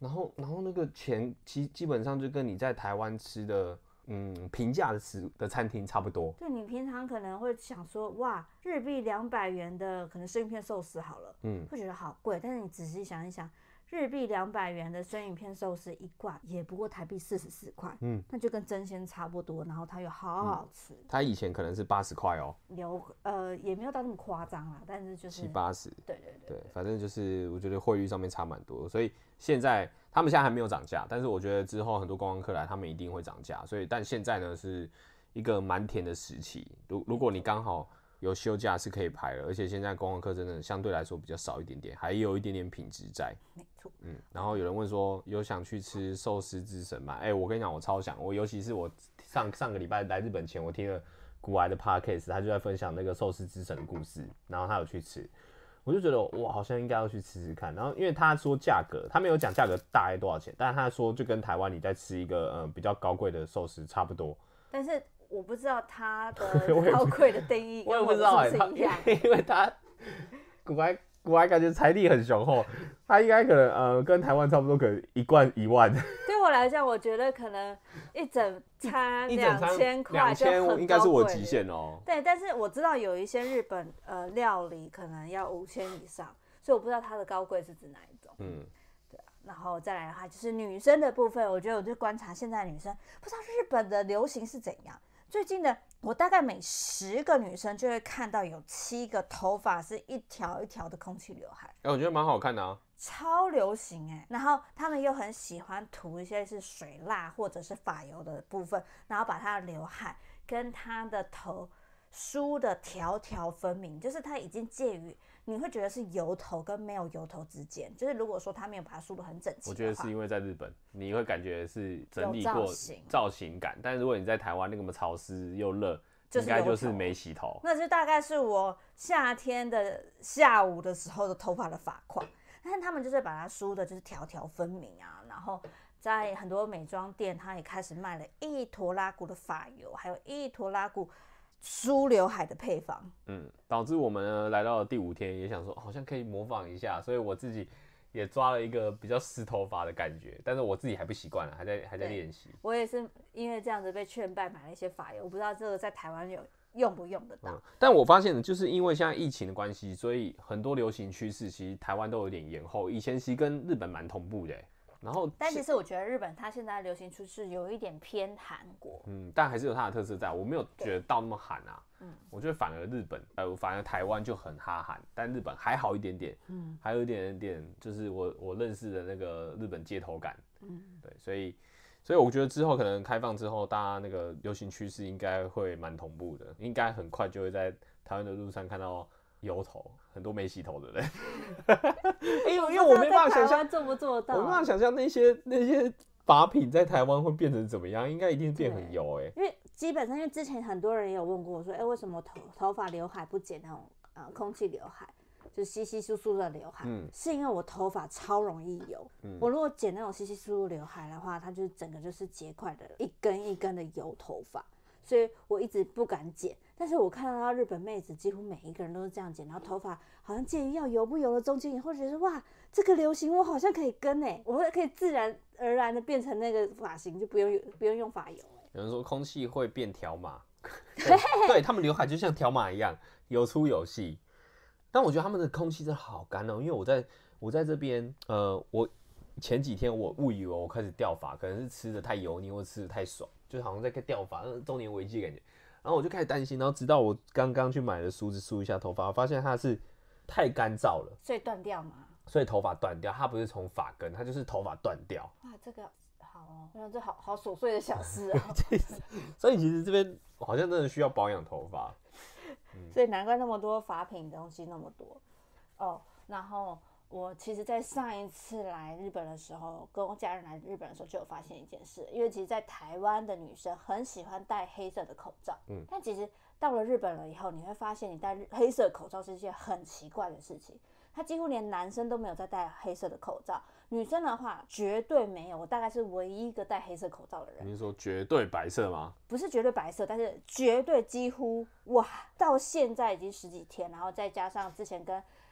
S1: 然后那个钱基本上就跟你在台湾吃的平价的餐厅差不多。
S2: 就你平常可能会想说，哇，日币200元的可能生鱼片寿司好了，会觉得好贵，但是你仔细想一想。日币200元的生鱼片寿司一罐也不过台币44块，那就跟真鲜差不多，然后它又好好吃。
S1: 它以前可能是80块哦，
S2: 也没有到那么夸张啦，但是就是
S1: 70-80，
S2: 对，
S1: 反正就是我觉得汇率上面差蛮多，所以他们现在还没有涨价，但是我觉得之后很多观光客来，他们一定会涨价，所以但现在呢是一个蛮甜的时期，如果你刚好有休假是可以排了，而且现在观光客真的相对来说比较少一点点，还有一点点品质在。
S2: 没错。
S1: 然后有人问说有想去吃寿司之神吗？我跟你讲，我超想，尤其是我上个礼拜来日本前，我听了古癌的 podcast， 他就在分享那个寿司之神的故事，然后他有去吃，我就觉得我好像应该要去吃吃看。然后因为他说价格，他没有讲价格大概多少钱，但是他说就跟台湾你在吃一个比较高贵的寿司差不多。
S2: 但是我不知道他的高贵的定义
S1: 我也不知道因为他古埃感觉财力很雄厚，他应该可能跟台湾差不多，可能1罐1万。
S2: 对我来讲，我觉得可能一整餐2000块就很高贵，
S1: 应该是我极限哦。
S2: 对，但是我知道有一些日本料理可能要5000以上，所以我不知道它的高贵是指哪一种。对啊。然后再来的话就是女生的部分，我觉得我就观察现在的女生，不知道日本的流行是怎样。最近的我大概每10个女生就会看到有7个头发是一条一条的空气刘海，
S1: 我觉得蛮好看的啊，
S2: 超流行然后他们又很喜欢涂一些是水蜡或者是发油的部分，然后把她的刘海跟她的头梳的条条分明，就是它已经介于你会觉得是油头跟没有油头之间，就是如果说他没有把它梳得很整齐的话，
S1: 我觉得是因为在日本你会感觉是整理过造型感，但如果你在台湾那么潮湿又热，应该就是没洗头。
S2: 那就大概是我夏天的下午的时候的头发的发况，但是他们就是把它梳的就是条条分明啊，然后在很多美妆店他也开始卖了一坨拉古的发油，还有一坨拉古梳刘海的配方。
S1: 导致我们呢来到了第5天，也想说好像可以模仿一下，所以我自己也抓了一个比较湿头发的感觉，但是我自己还不习惯，还在练习。
S2: 我也是因为这样子被劝败买了一些发油，我不知道这个在台湾用不用得到。
S1: 但我发现呢，就是因为现在疫情的关系，所以很多流行趋势其实台湾都有点延后，以前其实跟日本蛮同步的。然后，
S2: 但其实我觉得日本它现在流行趋势有一点偏韩国，
S1: 但还是有它的特色在，我没有觉得到那么韩啊。我觉得反而日本，反而台湾就很哈韩，但日本还好一点点，还有一点点就是我认识的那个日本街头感，对，所以我觉得之后可能开放之后，大家那个流行趋势应该会蛮同步的，应该很快就会在台湾的路上看到油头，很多没洗头的人。因为我没办法想象
S2: 做不做到，
S1: 我没办法想象那些发品在台湾会变成怎么样，应该一定变很油
S2: 因为基本上，因为之前很多人也有问过我说，为什么头发刘海不剪那种空气刘海，就是稀稀疏疏的刘海，是因为我头发超容易油，我如果剪那种稀稀疏疏刘海的话，它就是整个就是结块的一根一根的油头发，所以我一直不敢剪。但是我看到日本妹子几乎每一个人都是这样剪，然后头发好像介于要油不油的中间，以后觉得哇，这个流行我好像可以跟我会可以自然而然的变成那个发型，就不用用发油。
S1: 有人说空气会变条码，对，他们刘海就像条码一样，有粗有细。但我觉得他们的空气真的好干因为我在这边，我前几天我误以为我开始掉发，可能是吃的太油腻或吃的太爽，就好像在掉发，中年危机的感觉。然后我就开始担心，然后直到我刚刚去买了梳子梳一下头发，我发现它是太干燥了，
S2: 所以断掉吗？
S1: 所以头发断掉，它不是从发根，它就是头发断掉。
S2: 哇，这个好这好琐碎的小事
S1: 所以其实这边好像真的需要保养头发。
S2: 所以难怪那么多发品东西那么多然后我其实在上一次来日本的时候，跟我家人来日本的时候就有发现一件事，因为其实在台湾的女生很喜欢戴黑色的口罩，但其实到了日本了以后，你会发现你戴黑色口罩是一件很奇怪的事情，他几乎连男生都没有在戴黑色的口罩，女生的话绝对没有，我大概是唯一一个戴黑色口罩的人。
S1: 你是说绝对白色吗？
S2: 不是绝对白色，但是绝对几乎哇，到现在已经10几天，然后再加上之前跟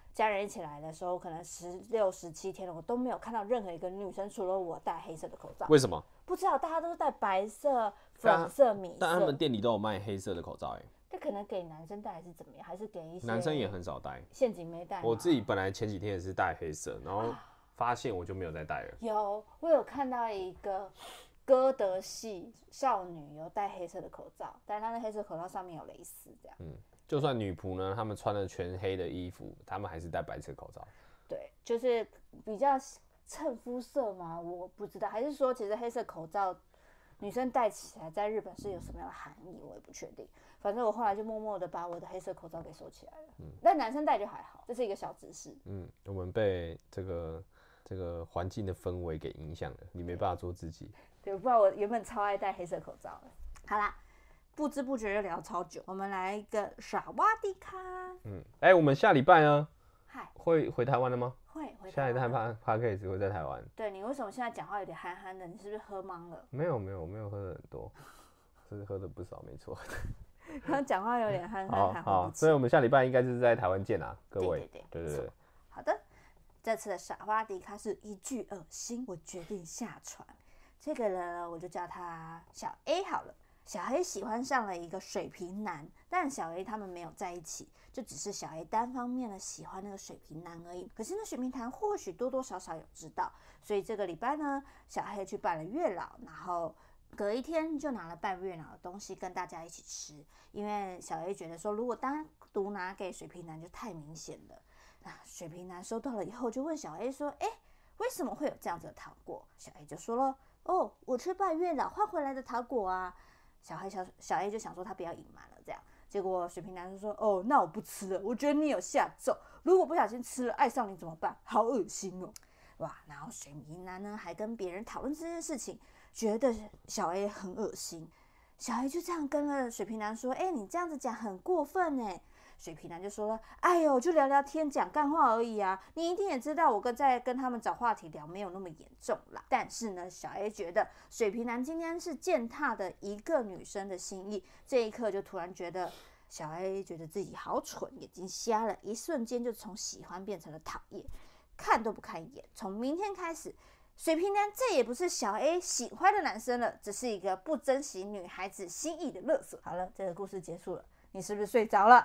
S2: 家人一起来的时候，可能16、17天了，我都没有看到任何一个女生除了我戴黑色的口罩。
S1: 为什么？
S2: 不知道，大家都是戴白色、粉色、米色。
S1: 但他们店里都有卖黑色的口罩
S2: 这可能给男生戴还是怎么样？还是给一些
S1: 男生也很少戴。
S2: 陷阱没戴。
S1: 我自己本来前几天也是戴黑色，然后发现我就没有再戴了。
S2: 我有看到一个歌德系少女有戴黑色的口罩，但是她的黑色口罩上面有蕾丝，这样。
S1: 就算女仆呢，她们穿了全黑的衣服，她们还是戴白色口罩。
S2: 对，就是比较衬肤色吗？我不知道，还是说其实黑色口罩女生戴起来在日本是有什么样的含义，我也不确定。反正我后来就默默的把我的黑色口罩给收起来了。但男生戴就还好，这是一个小知识。
S1: 我们被这个环境的氛围给影响了，你没办法做自己。
S2: 对，不然我原本超爱戴黑色口罩的。好啦，不知不觉就聊超久，我们来一个傻哇迪卡。
S1: 我们下礼拜呢？
S2: 嗨，
S1: 会回台湾了吗？
S2: 会。
S1: 下一代 Podcast 会在台湾。
S2: 对，你为什么现在讲话有点憨憨的？你是不是喝懵了？
S1: 没有喝的很多，是喝的不少，没错。
S2: 刚刚讲话有点憨憨，
S1: 好，所以我们下礼拜应该就是在台湾见啦，各位。对。
S2: 好的，这次的傻瓜迪卡是一句恶心，我决定下船。这个人呢，我就叫他小 A 好了。小 A 喜欢上了一个水瓶男，但小 A 他们没有在一起，就只是小 A 单方面的喜欢那个水瓶男而已。可是那水瓶男或许多多少少有知道，所以这个礼拜呢，小 A 去拜了月老，然后隔一天就拿了拜月老的东西跟大家一起吃，因为小 A 觉得说，如果单独拿给水瓶男就太明显了。那水瓶男收到了以后，就问小 A 说：“为什么会有这样子的糖果？”小 A 就说了：“哦，我去拜月老换回来的糖果啊。”小 A 就想说他不要隐瞒了，这样。结果水瓶男就说：“哦，那我不吃了，我觉得你有下咒，如果不小心吃了爱上你怎么办？好恶心哦！”哇，然后水瓶男呢还跟别人讨论这件事情，觉得小 A 很恶心。小 A 就这样跟了水瓶男说：“你这样子讲很过分耶。”水瓶男就说了：“哎呦，就聊聊天，讲干话而已啊！你一定也知道，我在跟他们找话题聊，没有那么严重啦。”但是呢，小 A 觉得水瓶男今天是践踏的一个女生的心意，这一刻就突然觉得小 A 觉得自己好蠢，眼睛瞎了，一瞬间就从喜欢变成了讨厌，看都不看一眼。从明天开始，水瓶男再也不是小 A 喜欢的男生了，只是一个不珍惜女孩子心意的垃圾。好了，这个故事结束了，你是不是睡着了？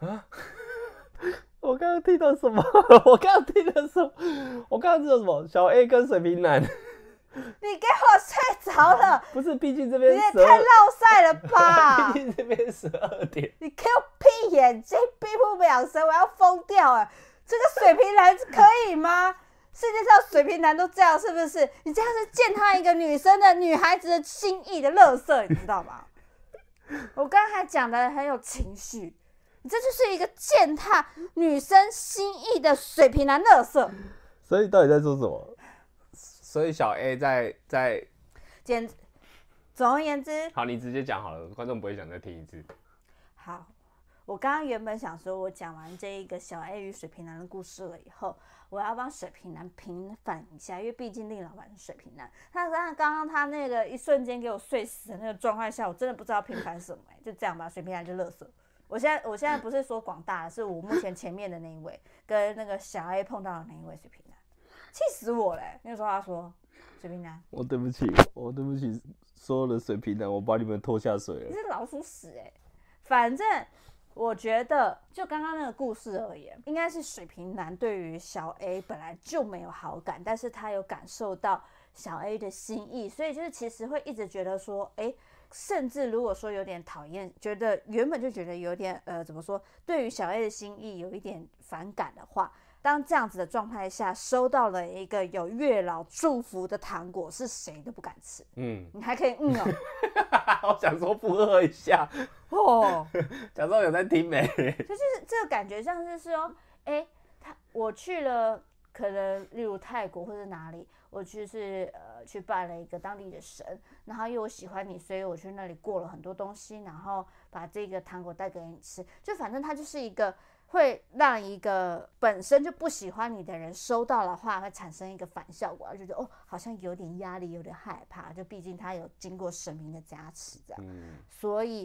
S1: 我刚刚听到什么？我刚刚听到什么？小 A 跟水瓶男。
S2: 你给我睡着了！
S1: 不是，毕竟这边
S2: 你也太落赛了吧！
S1: 毕竟这边12点。
S2: 你给我闭眼睛，闭不了神，我要疯掉了！这个水瓶男可以吗？世界上水瓶男都这样，是不是？你这样是践踏一个女孩子的心意的垃圾，你知道吗？我刚才讲的很有情绪。你这就是一个践踏女生心意的水瓶男垃圾。
S1: 所以到底在说什么？所以小 A 在
S2: 总而言之，
S1: 好，你直接讲好了，观众不会想再听一次。
S2: 好，我刚刚原本想说，我讲完这一个小 A 与水瓶男的故事了以后，我要帮水瓶男平反一下，因为毕竟令老板是水瓶男。刚刚他那个一瞬间给我睡死的那个状态下，我真的不知道平反什么。就这样吧，水瓶男就垃圾。我现在不是说广大，是我目前前面的那一位，跟那个小 A 碰到的那一位水瓶男，气死我了。那个时候他说水瓶男，
S1: 我对不起，所有的水瓶男，我把你们拖下水了。
S2: 你是老鼠屎反正我觉得就刚刚那个故事而言，应该是水瓶男对于小 A 本来就没有好感，但是他有感受到小 A 的心意，所以就是其实会一直觉得说，甚至如果说有点讨厌，原本就觉得有点怎么说，对于小 A 的心意有一点反感的话，当这样子的状态下收到了一个有月老祝福的糖果，是谁都不敢吃。你还可以
S1: 我想说附和一下
S2: 哦，
S1: 假装有在听没？
S2: 就是这个感觉像是说，我去了。可能例如泰国或者哪里，我去拜了一个当地的神，然后因为我喜欢你，所以我去那里过了很多东西，然后把这个糖果带给你吃，就反正它就是一个会让一个本身就不喜欢你的人收到的话，会产生一个反效果，就觉得好像有点压力，有点害怕，就毕竟他有经过神明的加持这样，所以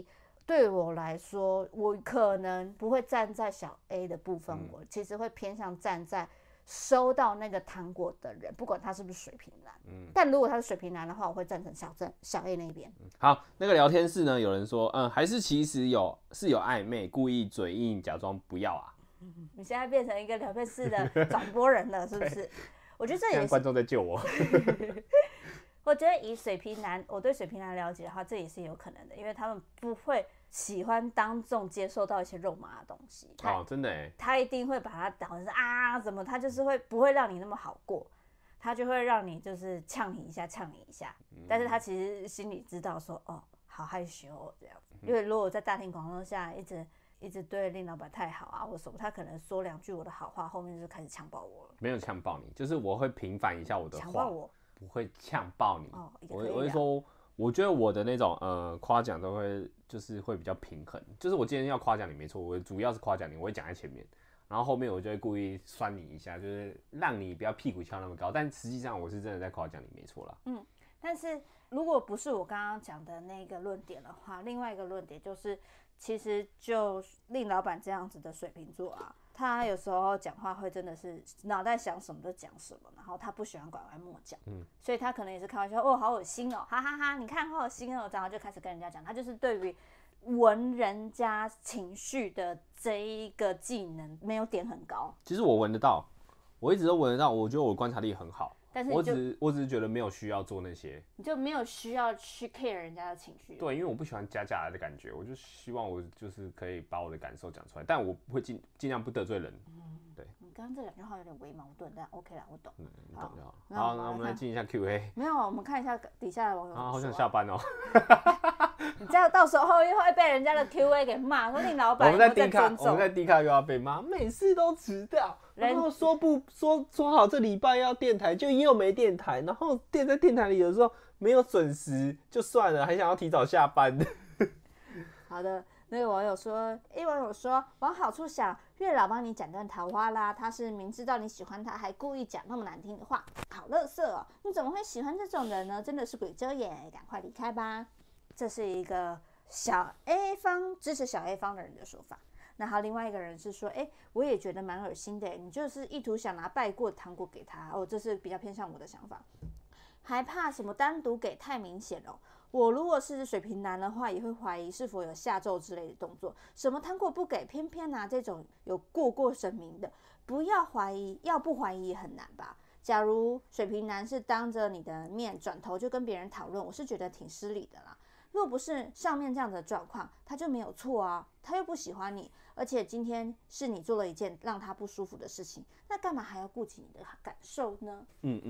S2: 对我来说，我可能不会站在小 A 的部分，我其实会偏向站在收到那个糖果的人，不管他是不是水瓶男。但如果他是水瓶男的话，我会站成小 A 那边。
S1: 好，那个聊天室呢，有人说，还是其实是有暧昧，故意嘴硬，假装不要啊。
S2: 你现在变成一个聊天室的转播人了，是不是？我觉得这也是
S1: 观众在救我。
S2: 我觉得以水瓶男，我对水瓶男了解的话，这也是有可能的，因为他们不会喜欢当众接受到一些肉麻的东西。
S1: 真的耶，
S2: 他一定会把它当成是怎么，他就是不会让你那么好过，他就会让你就是呛你一下，但是他其实心里知道说，好害羞这样子，因为如果在大庭广众下一直对令老板太好啊，或什么，他可能说2句我的好话，后面就开始呛爆我了。
S1: 没有呛爆你，就是我会平反一下我的话，
S2: 呛爆我。
S1: 不会呛爆你，我会
S2: 说，
S1: 我觉得我的那种夸奖都会就是会比较平衡，就是我今天要夸奖你没错，我主要是夸奖你，我会讲在前面，然后后面我就会故意酸你一下，就是让你不要屁股翘那么高，但实际上我是真的在夸奖你没错啦。
S2: 但是如果不是我刚刚讲的那个论点的话，另外一个论点就是，其实就令老板这样子的水瓶座啊。他有时候讲话会真的是脑袋想什么就讲什么，然后他不喜欢拐弯抹角，所以他可能也是开玩笑，好恶心哦，哈哈哈，你看好恶心哦，然后就开始跟人家讲，他就是对于闻人家情绪的这一个技能没有点很高。
S1: 其实我闻得到，我一直都闻得到，我觉得我观察力很好。
S2: 但是
S1: 我只是觉得没有需要做那些，
S2: 你就没有需要去 care 人家的情绪。
S1: 对，因为我不喜欢假假的感觉，我就希望我就是可以把我的感受讲出来，但我不会尽量不得罪人。对，
S2: 你刚刚这2句话有点微矛盾，但 OK 啦，我懂。
S1: 你懂就好。好，那我们来进一下 Q&A。
S2: 没有，我们看一下底下的网友。
S1: 好想下班哦。
S2: 你这样到时候又会被人家的 Q&A 给骂，说令老板
S1: 我们在 D 卡又要被骂，每次都迟到，然后说好这礼拜要电台，就又没电台，然后在电台里有时候没有准时就算了，还想要提早下班。
S2: 好的，那个网友说，往好处想，月老帮你斩断桃花啦，他是明知道你喜欢他，还故意讲那么难听的话，好垃圾哦！你怎么会喜欢这种人呢？真的是鬼遮眼，赶快离开吧。这是一个小 A 方支持小 A 方的人的说法。然后另外一个人是说，我也觉得蛮恶心的，你就是意图想拿拜过的糖果给他哦，这是比较偏向我的想法。还怕什么单独给太明显了。我如果是水瓶男的话，也会怀疑是否有下咒之类的动作。什么糖果不给，偏偏拿这种有过神明的，不要怀疑，要不怀疑也很难吧。假如水瓶男是当着你的面转头就跟别人讨论，我是觉得挺失礼的啦。若不是上面这样的状况，他就没有错啊，他又不喜欢你，而且今天是你做了一件让他不舒服的事情，那干嘛还要顾及你的感受呢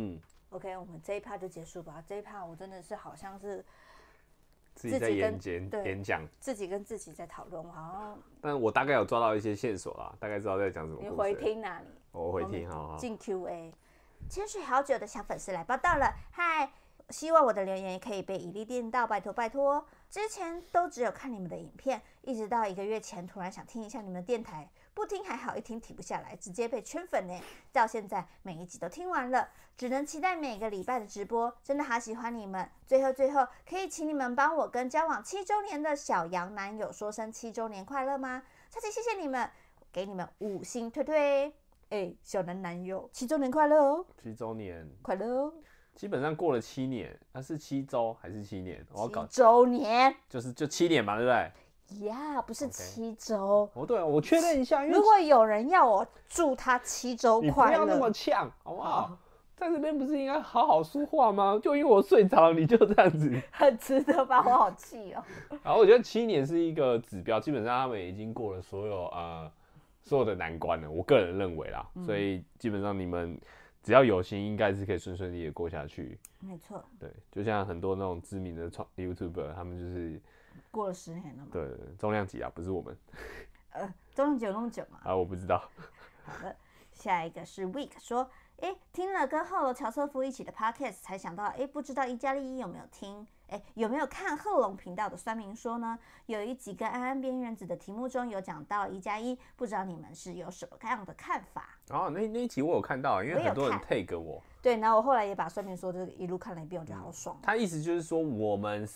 S2: ？OK， 我们这一趴就结束吧。这一趴我真的是好像是
S1: 自己在演讲，
S2: 自己跟自己在讨论，好像。
S1: 但我大概有抓到一些线索啦，大概知道在讲什么故事。
S2: 你回听哪里？
S1: 我回听，好。
S2: 进 Q&A， 坚持好久的小粉丝来报道了，嗨！希望我的留言也可以被一粒念到，拜托拜托！之前都只有看你们的影片，一直到1个月前，突然想听一下你们的电台，不听还好，一听停不下来，直接被圈粉呢。到现在每一集都听完了，只能期待每个礼拜的直播，真的好喜欢你们。最后，可以请你们帮我跟交往7周年的小杨男友说声7周年快乐吗？超级谢谢你们，给你们5星推推。小男友7周年快乐哦！7
S1: 周年
S2: 快乐哦！
S1: 基本上过了7年，是7周还是7年？我要搞
S2: 7周年，
S1: 就7年嘛，对不对？
S2: 呀，不是7周。
S1: 对，我确认一下。
S2: 如果有人要我祝他7周快乐，
S1: 你不要那么呛，好不好？在这边不是应该好好说话吗？就因为我睡着，你就这样子，
S2: 很值得吧？我好气哦。
S1: 然后我觉得7年是一个指标，基本上他们已经过了所有的难关了，我个人认为啦。所以基本上你们只要有心，应该是可以顺顺利利的过下去。
S2: 没错。
S1: 对，就像很多那种知名的YouTuber， 他们就是
S2: 过了10年了嘛。
S1: 对，重量级啊，不是我们。
S2: 重量级有那么久吗？
S1: 我不知道。
S2: 好的，下一个是 Week 说，听了跟赫罗乔瑟夫一起的 Podcast， 才想到，不知道1+1有没有听？有没有看贺龙频道的酸民说呢？有一集跟安安边缘子的题目中有讲到1+1，不知道你们是有什么样的看法？
S1: 那一集我有看到，因为很多人 tag 我。
S2: 对，然后我后来也把酸民说这一路看了一遍，我觉得好爽。
S1: 他意思就是说我们是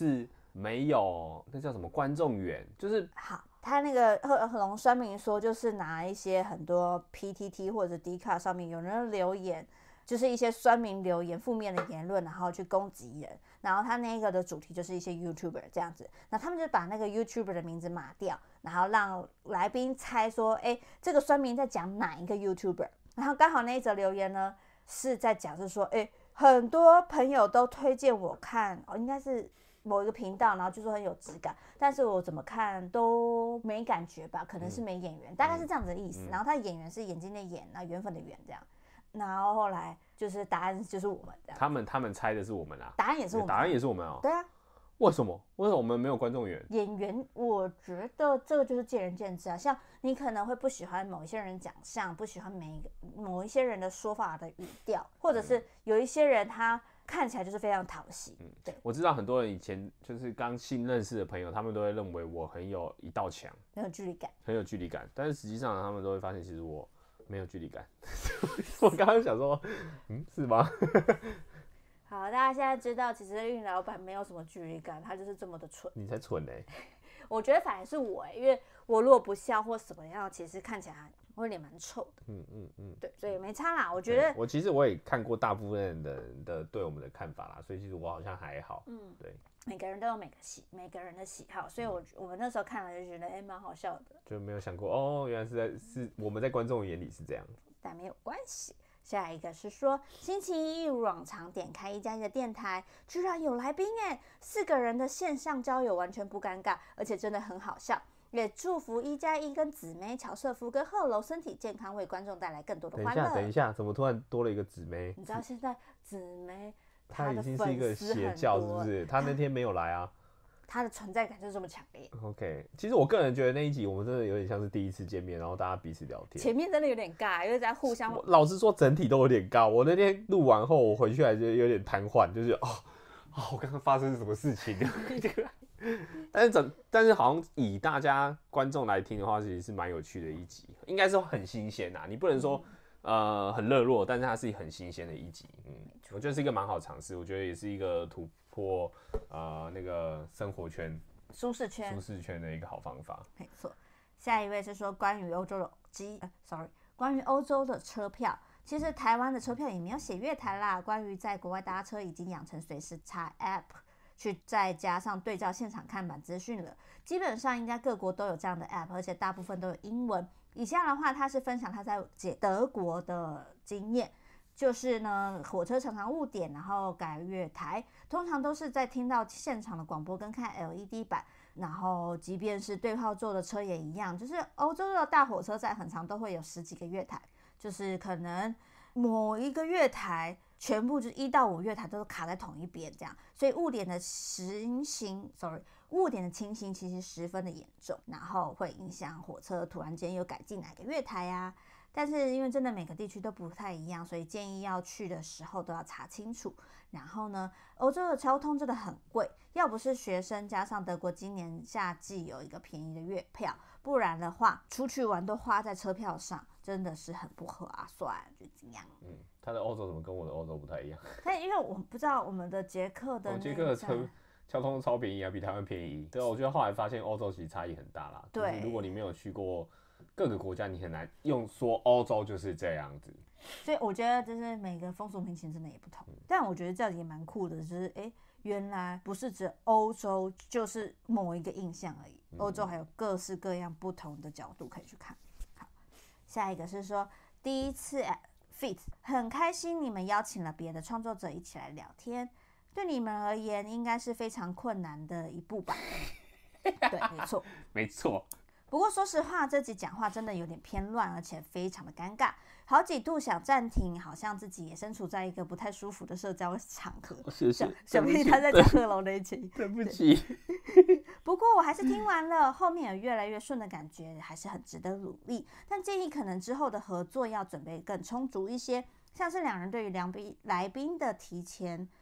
S1: 没有，那叫什么观众缘，就是
S2: 好，他那个贺龙酸民说，就是拿一些很多 PTT 或者 Dcard 上面有人留言，就是一些酸民留言负面的言论，然后去攻击人，然后他那个的主题就是一些 YouTuber 这样子，那他们就把那个 YouTuber 的名字码掉，然后让来宾猜说，这个酸民在讲哪一个 YouTuber， 然后刚好那一则留言呢是在讲是说，很多朋友都推荐我看，应该是某一个频道，然后就说很有质感，但是我怎么看都没感觉吧，可能是没演员，大概是这样子的意思。然后他的演员是眼睛的眼，然后缘分的缘这样。然后后来就是答案就是我们这样。
S1: 他们猜的是我们啊，
S2: 答案也是我们，
S1: 答案也是我们哦。
S2: 对啊。
S1: 为什么我们没有观众缘？
S2: 演员，我觉得这个就是见仁见智啊。像你可能会不喜欢某一些人讲相，不喜欢某一些人的说法的语调，或者是有一些人他看起来就是非常讨喜。对，
S1: 我知道很多人以前就是刚新认识的朋友，他们都会认为我很有一道墙，
S2: 很有距离感，
S1: 很有距离感。但是实际上，他们都会发现，其实我没有距离感。我刚刚想说，是吗？
S2: 好，大家现在知道，其实运老板没有什么距离感，他就是这么的蠢。
S1: 你才蠢呢！
S2: 我觉得反而是我因为我如果不笑或什么样，其实看起来会脸蛮臭的。对，所以没差啦。我觉得
S1: 其实我也看过大部分人的对我们的看法啦，所以其实我好像还好。对，
S2: 每个人都有每个人的喜好，所以我们那时候看了就觉得蛮好笑的，
S1: 就没有想过原来是我们在观众眼里是这样，
S2: 但没有关系。下一个是说，星期一一如往常点开1+1的电台，居然有来宾4个人的线上交友完全不尴尬，而且真的很好笑。也祝福1+1跟姊妹乔瑟夫跟贺楼身体健康，为观众带来更多的欢乐。
S1: 等一下，怎么突然多了一个姊妹？
S2: 你知道现在姊妹
S1: 她已经是一个邪教，是不是？她那天没有来啊。
S2: 他的存在感就是这么强烈。
S1: OK， 其实我个人觉得那一集我们真的有点像是第一次见面，然后大家彼此聊天。
S2: 前面真的有点尬，因为在互相。
S1: 老实说，整体都有点尬。我那天录完后，我回去还是有点瘫痪，就是我刚刚发生什么事情？但是好像以大家观众来听的话，其实是蛮有趣的一集，应该是很新鲜呐。你不能说很热络，但是它是很新鲜的一集。我觉得是一个蛮好尝试，我觉得也是一个突破那个生活圈、舒适圈的一个好方法。
S2: 没错。下一位是说关于欧洲的关于欧洲的车票，其实台湾的车票也没有写月台啦。关于在国外搭车，已经养成随时查 App 去再加上对照现场看板资讯了。基本上应该各国都有这样的 App， 而且大部分都有英文。以下的话，他是分享他在德国的经验。就是呢，火车常常误点，然后改月台，通常都是在听到现场的广播跟看 LED 板，然后即便是对号座的车也一样，就是欧洲的大火车站很常都会有10几个月台，就是可能某一个月台全部就1到5月台都是卡在同一边这样，所以误点的情形其实十分的严重，然后会影响火车突然间又改进哪个月台啊。但是因为真的每个地区都不太一样，所以建议要去的时候都要查清楚。然后呢，欧洲的交通真的很贵，要不是学生加上德国今年夏季有一个便宜的月票，不然的话出去玩都花在车票上，真的是很不划算，就这样。
S1: 他的欧洲怎么跟我的欧洲不太一样？
S2: 但因为我不知道我们的捷克的
S1: 捷克的交通超便宜啊，比台湾便宜。对，我觉得后来发现欧洲其实差异很大啦。对，就是如果你没有去过各个国家，你很难用说欧洲就是这样子。
S2: 所以我觉得就是每个风俗民情真的也不同。但我觉得这样也蛮酷的，就是原来不是指欧洲就是某一个印象而已，欧洲还有各式各样不同的角度可以去看。好，下一个是说第一次 feat 很开心，你们邀请了别的创作者一起来聊天，对你们而言应该是非常困难的一步吧？对，没错，
S1: 没错。
S2: 不过说实话，这集讲话真的有点偏乱，而且非常的尴尬，好几度想暂停，好像自己也身处在一个不太舒服的社交场合。想必他在讲贺龙那一集，
S1: 对不起。
S2: 不过我还是听完了，后面有越来越顺的感觉，还是很值得努力。但建议可能之后的合作要准备更充足一些，像是两人对于来宾的提前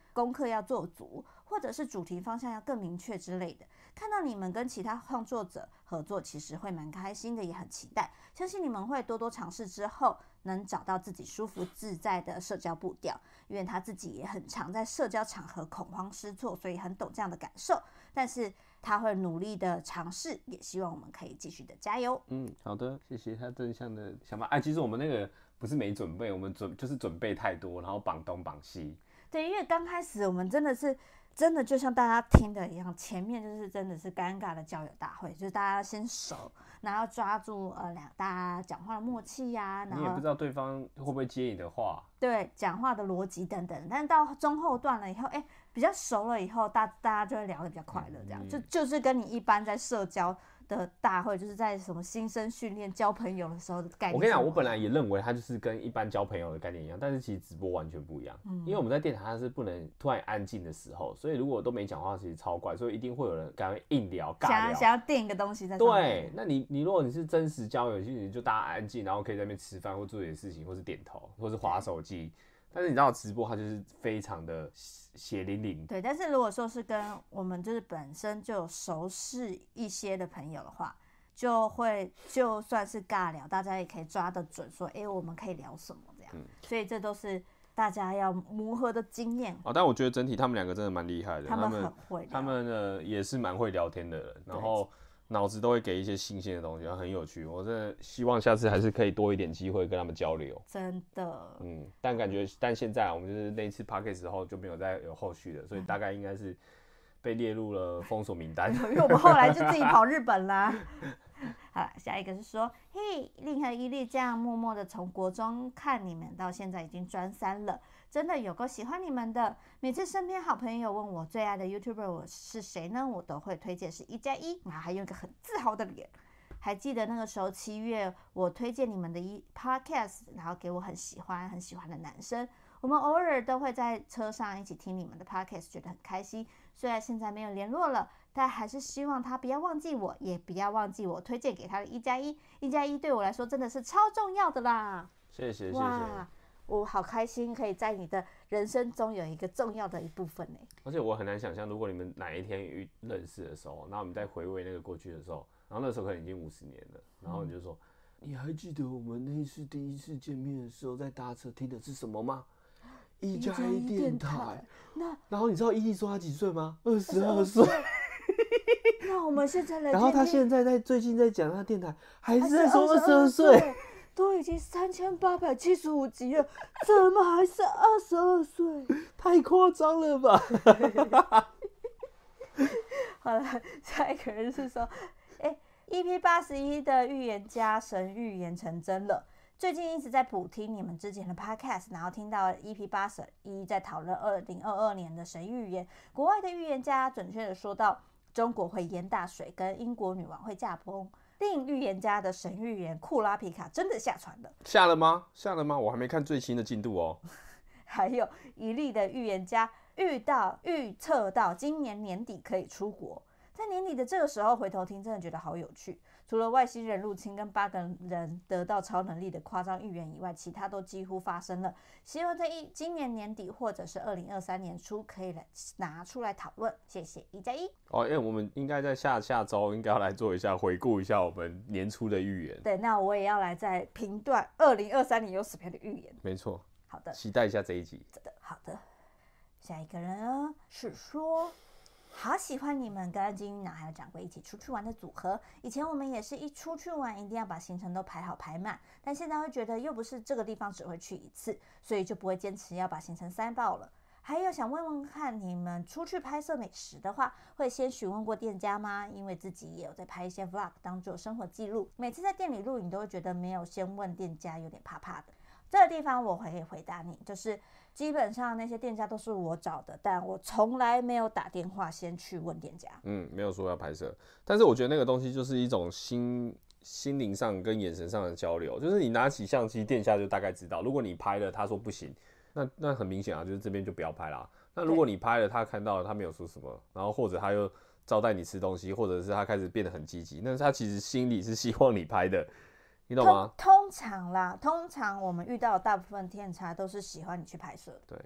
S2: 功课要做足，或者是主题方向要更明确之类的。看到你们跟其他创作者合作，其实会蛮开心的，也很期待。相信你们会多多尝试之后，能找到自己舒服自在的社交步调。因为他自己也很常在社交场合恐慌失措，所以很懂这样的感受。但是他会努力的尝试，也希望我们可以继续的加油。
S1: 好的，谢谢他正向的想法。其实我们那个不是没准备，我们就是准备太多，然后绑东绑西。
S2: 对，因为刚开始我们真的就像大家听的一样，前面就是真的是尴尬的交友大会，就是大家先熟，然后抓住大家讲话的默契呀，然后
S1: 你也不知道对方会不会接你的话，
S2: 对，讲话的逻辑等等。但是到中后段了以后，比较熟了以后，大家就会聊得比较快乐，这样就是跟你一般在社交的大会，就是在什么新生训练交朋友的时候的概念。
S1: 我跟你讲，我本来也认为它就是跟一般交朋友的概念一样，但是其实直播完全不一样。因为我们在电台它是不能突然安静的时候，所以如果都没讲话，其实超怪，所以一定会有人赶快硬聊尬聊，
S2: 想要垫一个东西在上面。
S1: 对，那你如果你是真实交友，其实就大家安静，然后可以在那边吃饭或做点事情，或是点头，或是滑手机。但是你知道直播它就是非常的血淋淋。
S2: 对，但是如果说是跟我们就是本身就有熟识一些的朋友的话，就算是尬聊，大家也可以抓得准说，我们可以聊什么这样。所以这都是大家要磨合的经验。
S1: 但我觉得整体他们两个真的蛮厉害的，
S2: 他们很会聊，
S1: 他们也是蛮会聊天的人，然后脑子都会给一些新鲜的东西，很有趣。我真的希望下次还是可以多一点机会跟他们交流。
S2: 真的。
S1: 但现在我们就是那一次 podcast 之后就没有再有后续了，所以大概应该是被列入了封锁名单。
S2: 因为我们后来就自己跑日本啦。好，下一个是说，嘿，令和伊利这样默默的从国中看你们到现在已经专3了，真的有够喜欢你们的。每次身边好朋友问我最爱的 YouTuber 我是谁呢，我都会推荐是1+1，然后还用一个很自豪的脸。还记得那个时候7月，我推荐你们的podcast， 然后给我很喜欢的男生。我们偶尔都会在车上一起听你们的 podcast， 觉得很开心。虽然现在没有联络了，但还是希望他不要忘记我，也不要忘记我推荐给他的1+1对我来说真的是超重要的啦。
S1: 谢谢。
S2: 哇，我好开心可以在你的人生中有一个重要的一部分呢。
S1: 而且我很难想象，如果你们哪一天认识的时候，然后我们在回味那个过去的时候，然后那时候可能已经50年了，然后你就说，你还记得我们那一次第一次见面的时候在搭车听的是什么吗？1+1电台。然后你知道伊利说他几岁吗？22岁。
S2: 那我们现在来，
S1: 然后他现在最近在讲他电台，还是在说22岁，
S2: 都已经3875集了，怎么还是22岁？
S1: 太夸张了吧！
S2: 好了，下一个人是说，EP81的预言家神预言成真了。最近一直在补听你们之前的 podcast， 然后听到 EP81在讨论2022年的神预言。国外的预言家准确的说到，中国会淹大水，跟英国女王会驾崩。另预言家的神预言库拉皮卡真的下船了。
S1: 下了吗？我还没看最新的进度哦。
S2: 还有一例的预言家预测到今年年底可以出国。在年底的这个时候回头听，真的觉得好有趣。除了外星人入侵跟8个人得到超能力的夸张预言以外，其他都几乎发生了。希望在今年年底或者是2023年初可以拿出来讨论。谢谢1+1。
S1: 我们应该在下周应该要来做一下回顾一下我们年初的预言。
S2: 对，那我也要来再评断2023年有什么样的预言。
S1: 没错。
S2: 好的，
S1: 期待一下这一集。
S2: 好的，下一个人呢是说，好喜欢你们跟金鱼脑还有掌柜一起出去玩的组合。以前我们也是一出去玩一定要把行程都排好排满，但现在会觉得又不是这个地方只会去一次，所以就不会坚持要把行程塞爆了。还有想问问看，你们出去拍摄美食的话，会先询问过店家吗？因为自己也有在拍一些 vlog 当做生活记录，每次在店里录影都会觉得没有先问店家有点怕怕的。这个地方我会回答你，就是基本上那些店家都是我找的，但我从来没有打电话先去问店家。
S1: 没有说要拍摄，但是我觉得那个东西就是一种心灵上跟眼神上的交流，就是你拿起相机，店家就大概知道，如果你拍了他说不行，那很明显啊，就是这边就不要拍啦。那如果你拍了他看到了他没有说什么，然后或者他又招待你吃东西，或者是他开始变得很积极，那他其实心里是希望你拍的。你懂吗？
S2: 通常我们遇到的大部分店家都是喜欢你去拍摄的。
S1: 对，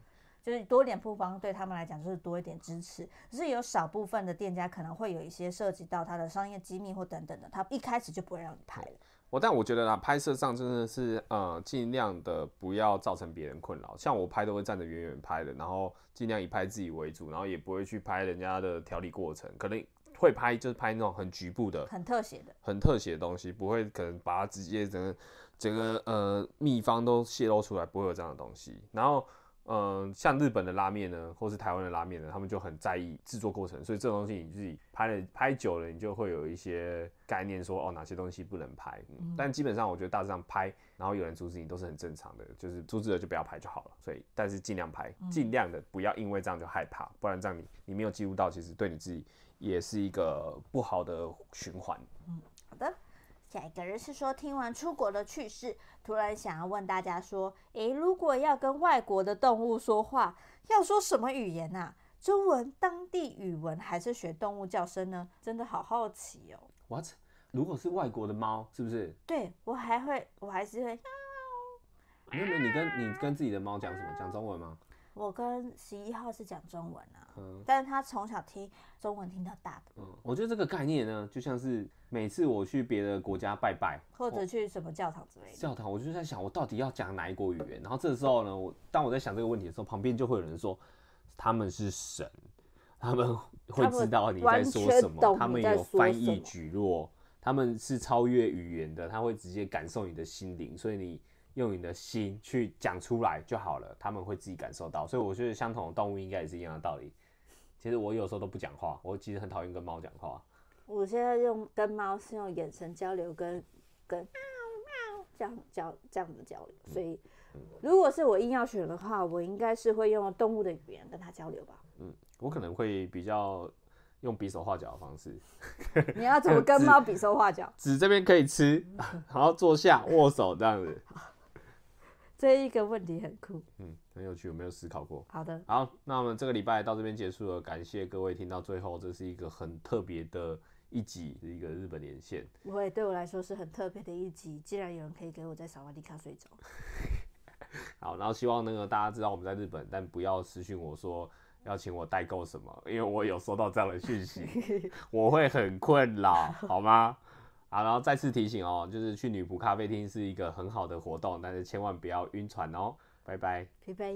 S2: 就是多一点曝光对他们来讲就是多一点支持。只是有少部分的店家可能会有一些涉及到他的商业机密或等等的，他一开始就不会让你拍了。
S1: 但我觉得啦，拍摄上真的是尽量的不要造成别人困扰。像我拍都会站得远远拍的，然后尽量以拍自己为主，然后也不会去拍人家的调理过程，可能会拍就是拍那种很局部的、
S2: 很特写
S1: 的东西，不会可能把它直接整个秘方都泄露出来，不会有这样的东西。然后像日本的拉面呢，或是台湾的拉面呢，他们就很在意制作过程，所以这种东西你自己拍久了，你就会有一些概念说哪些东西不能拍。但基本上我觉得大致上拍，然后有人阻止你都是很正常的，就是阻止了就不要拍就好了。所以但是尽量拍，尽量的不要因为这样就害怕，不然这样你没有记录到，其实对你自己也是一个不好的循环。
S2: 好的。下一个人是说，听完出国的趣事，突然想要问大家说，如果要跟外国的动物说话，要说什么语言啊？中文、当地语文，还是学动物叫声呢？真的好好奇哦。
S1: What？ 如果是外国的猫，是不是？
S2: 对，我还是会。
S1: 没有，你跟自己的猫讲什么？讲中文吗？
S2: 我跟11号是讲中文啊，但是他从小听中文听到大的。
S1: 我觉得这个概念呢，就像是每次我去别的国家拜拜，
S2: 或者去什么教堂之类的。
S1: 教堂，我就在想，我到底要讲哪一国语言？然后这时候呢，当我在想这个问题的时候，旁边就会有人说他们是神，他们会知道你在说什么，他们有翻译蒟蒻，他们是超越语言的，他会直接感受你的心灵，所以你用你的心去讲出来就好了，他们会自己感受到。所以我觉得相同的动物应该也是一样的道理。其实我有时候都不讲话，我其实很讨厌跟猫讲话。
S2: 我现在跟猫是用眼神交流跟这样的交流，所以如果是我硬要选的话，我应该是会用动物的语言跟它交流吧。
S1: 我可能会比较用比手画脚的方式。
S2: 你要怎么跟猫比手画脚？
S1: 指这边可以吃，然后坐下握手这样子。
S2: 这一个问题很酷，
S1: 很有趣，有没有思考过？
S2: 好的，
S1: 好，那我们这个礼拜到这边结束了，感谢各位听到最后，这是一个很特别的一集，是一个日本连线。
S2: 对我来说是很特别的一集，既然有人可以给我在萨瓦迪卡睡着。
S1: 好，然后希望大家知道我们在日本，但不要私讯我说要请我代购什么，因为我有收到这样的讯息，我会很困扰，好吗？好，然後再次提醒哦，就是去女仆咖啡厅是一个很好的活动，但是千万不要晕船哦。拜拜。
S2: 拜拜。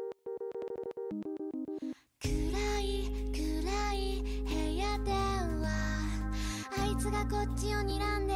S3: 暗い暗い部屋ではあいつがこっちを睨んで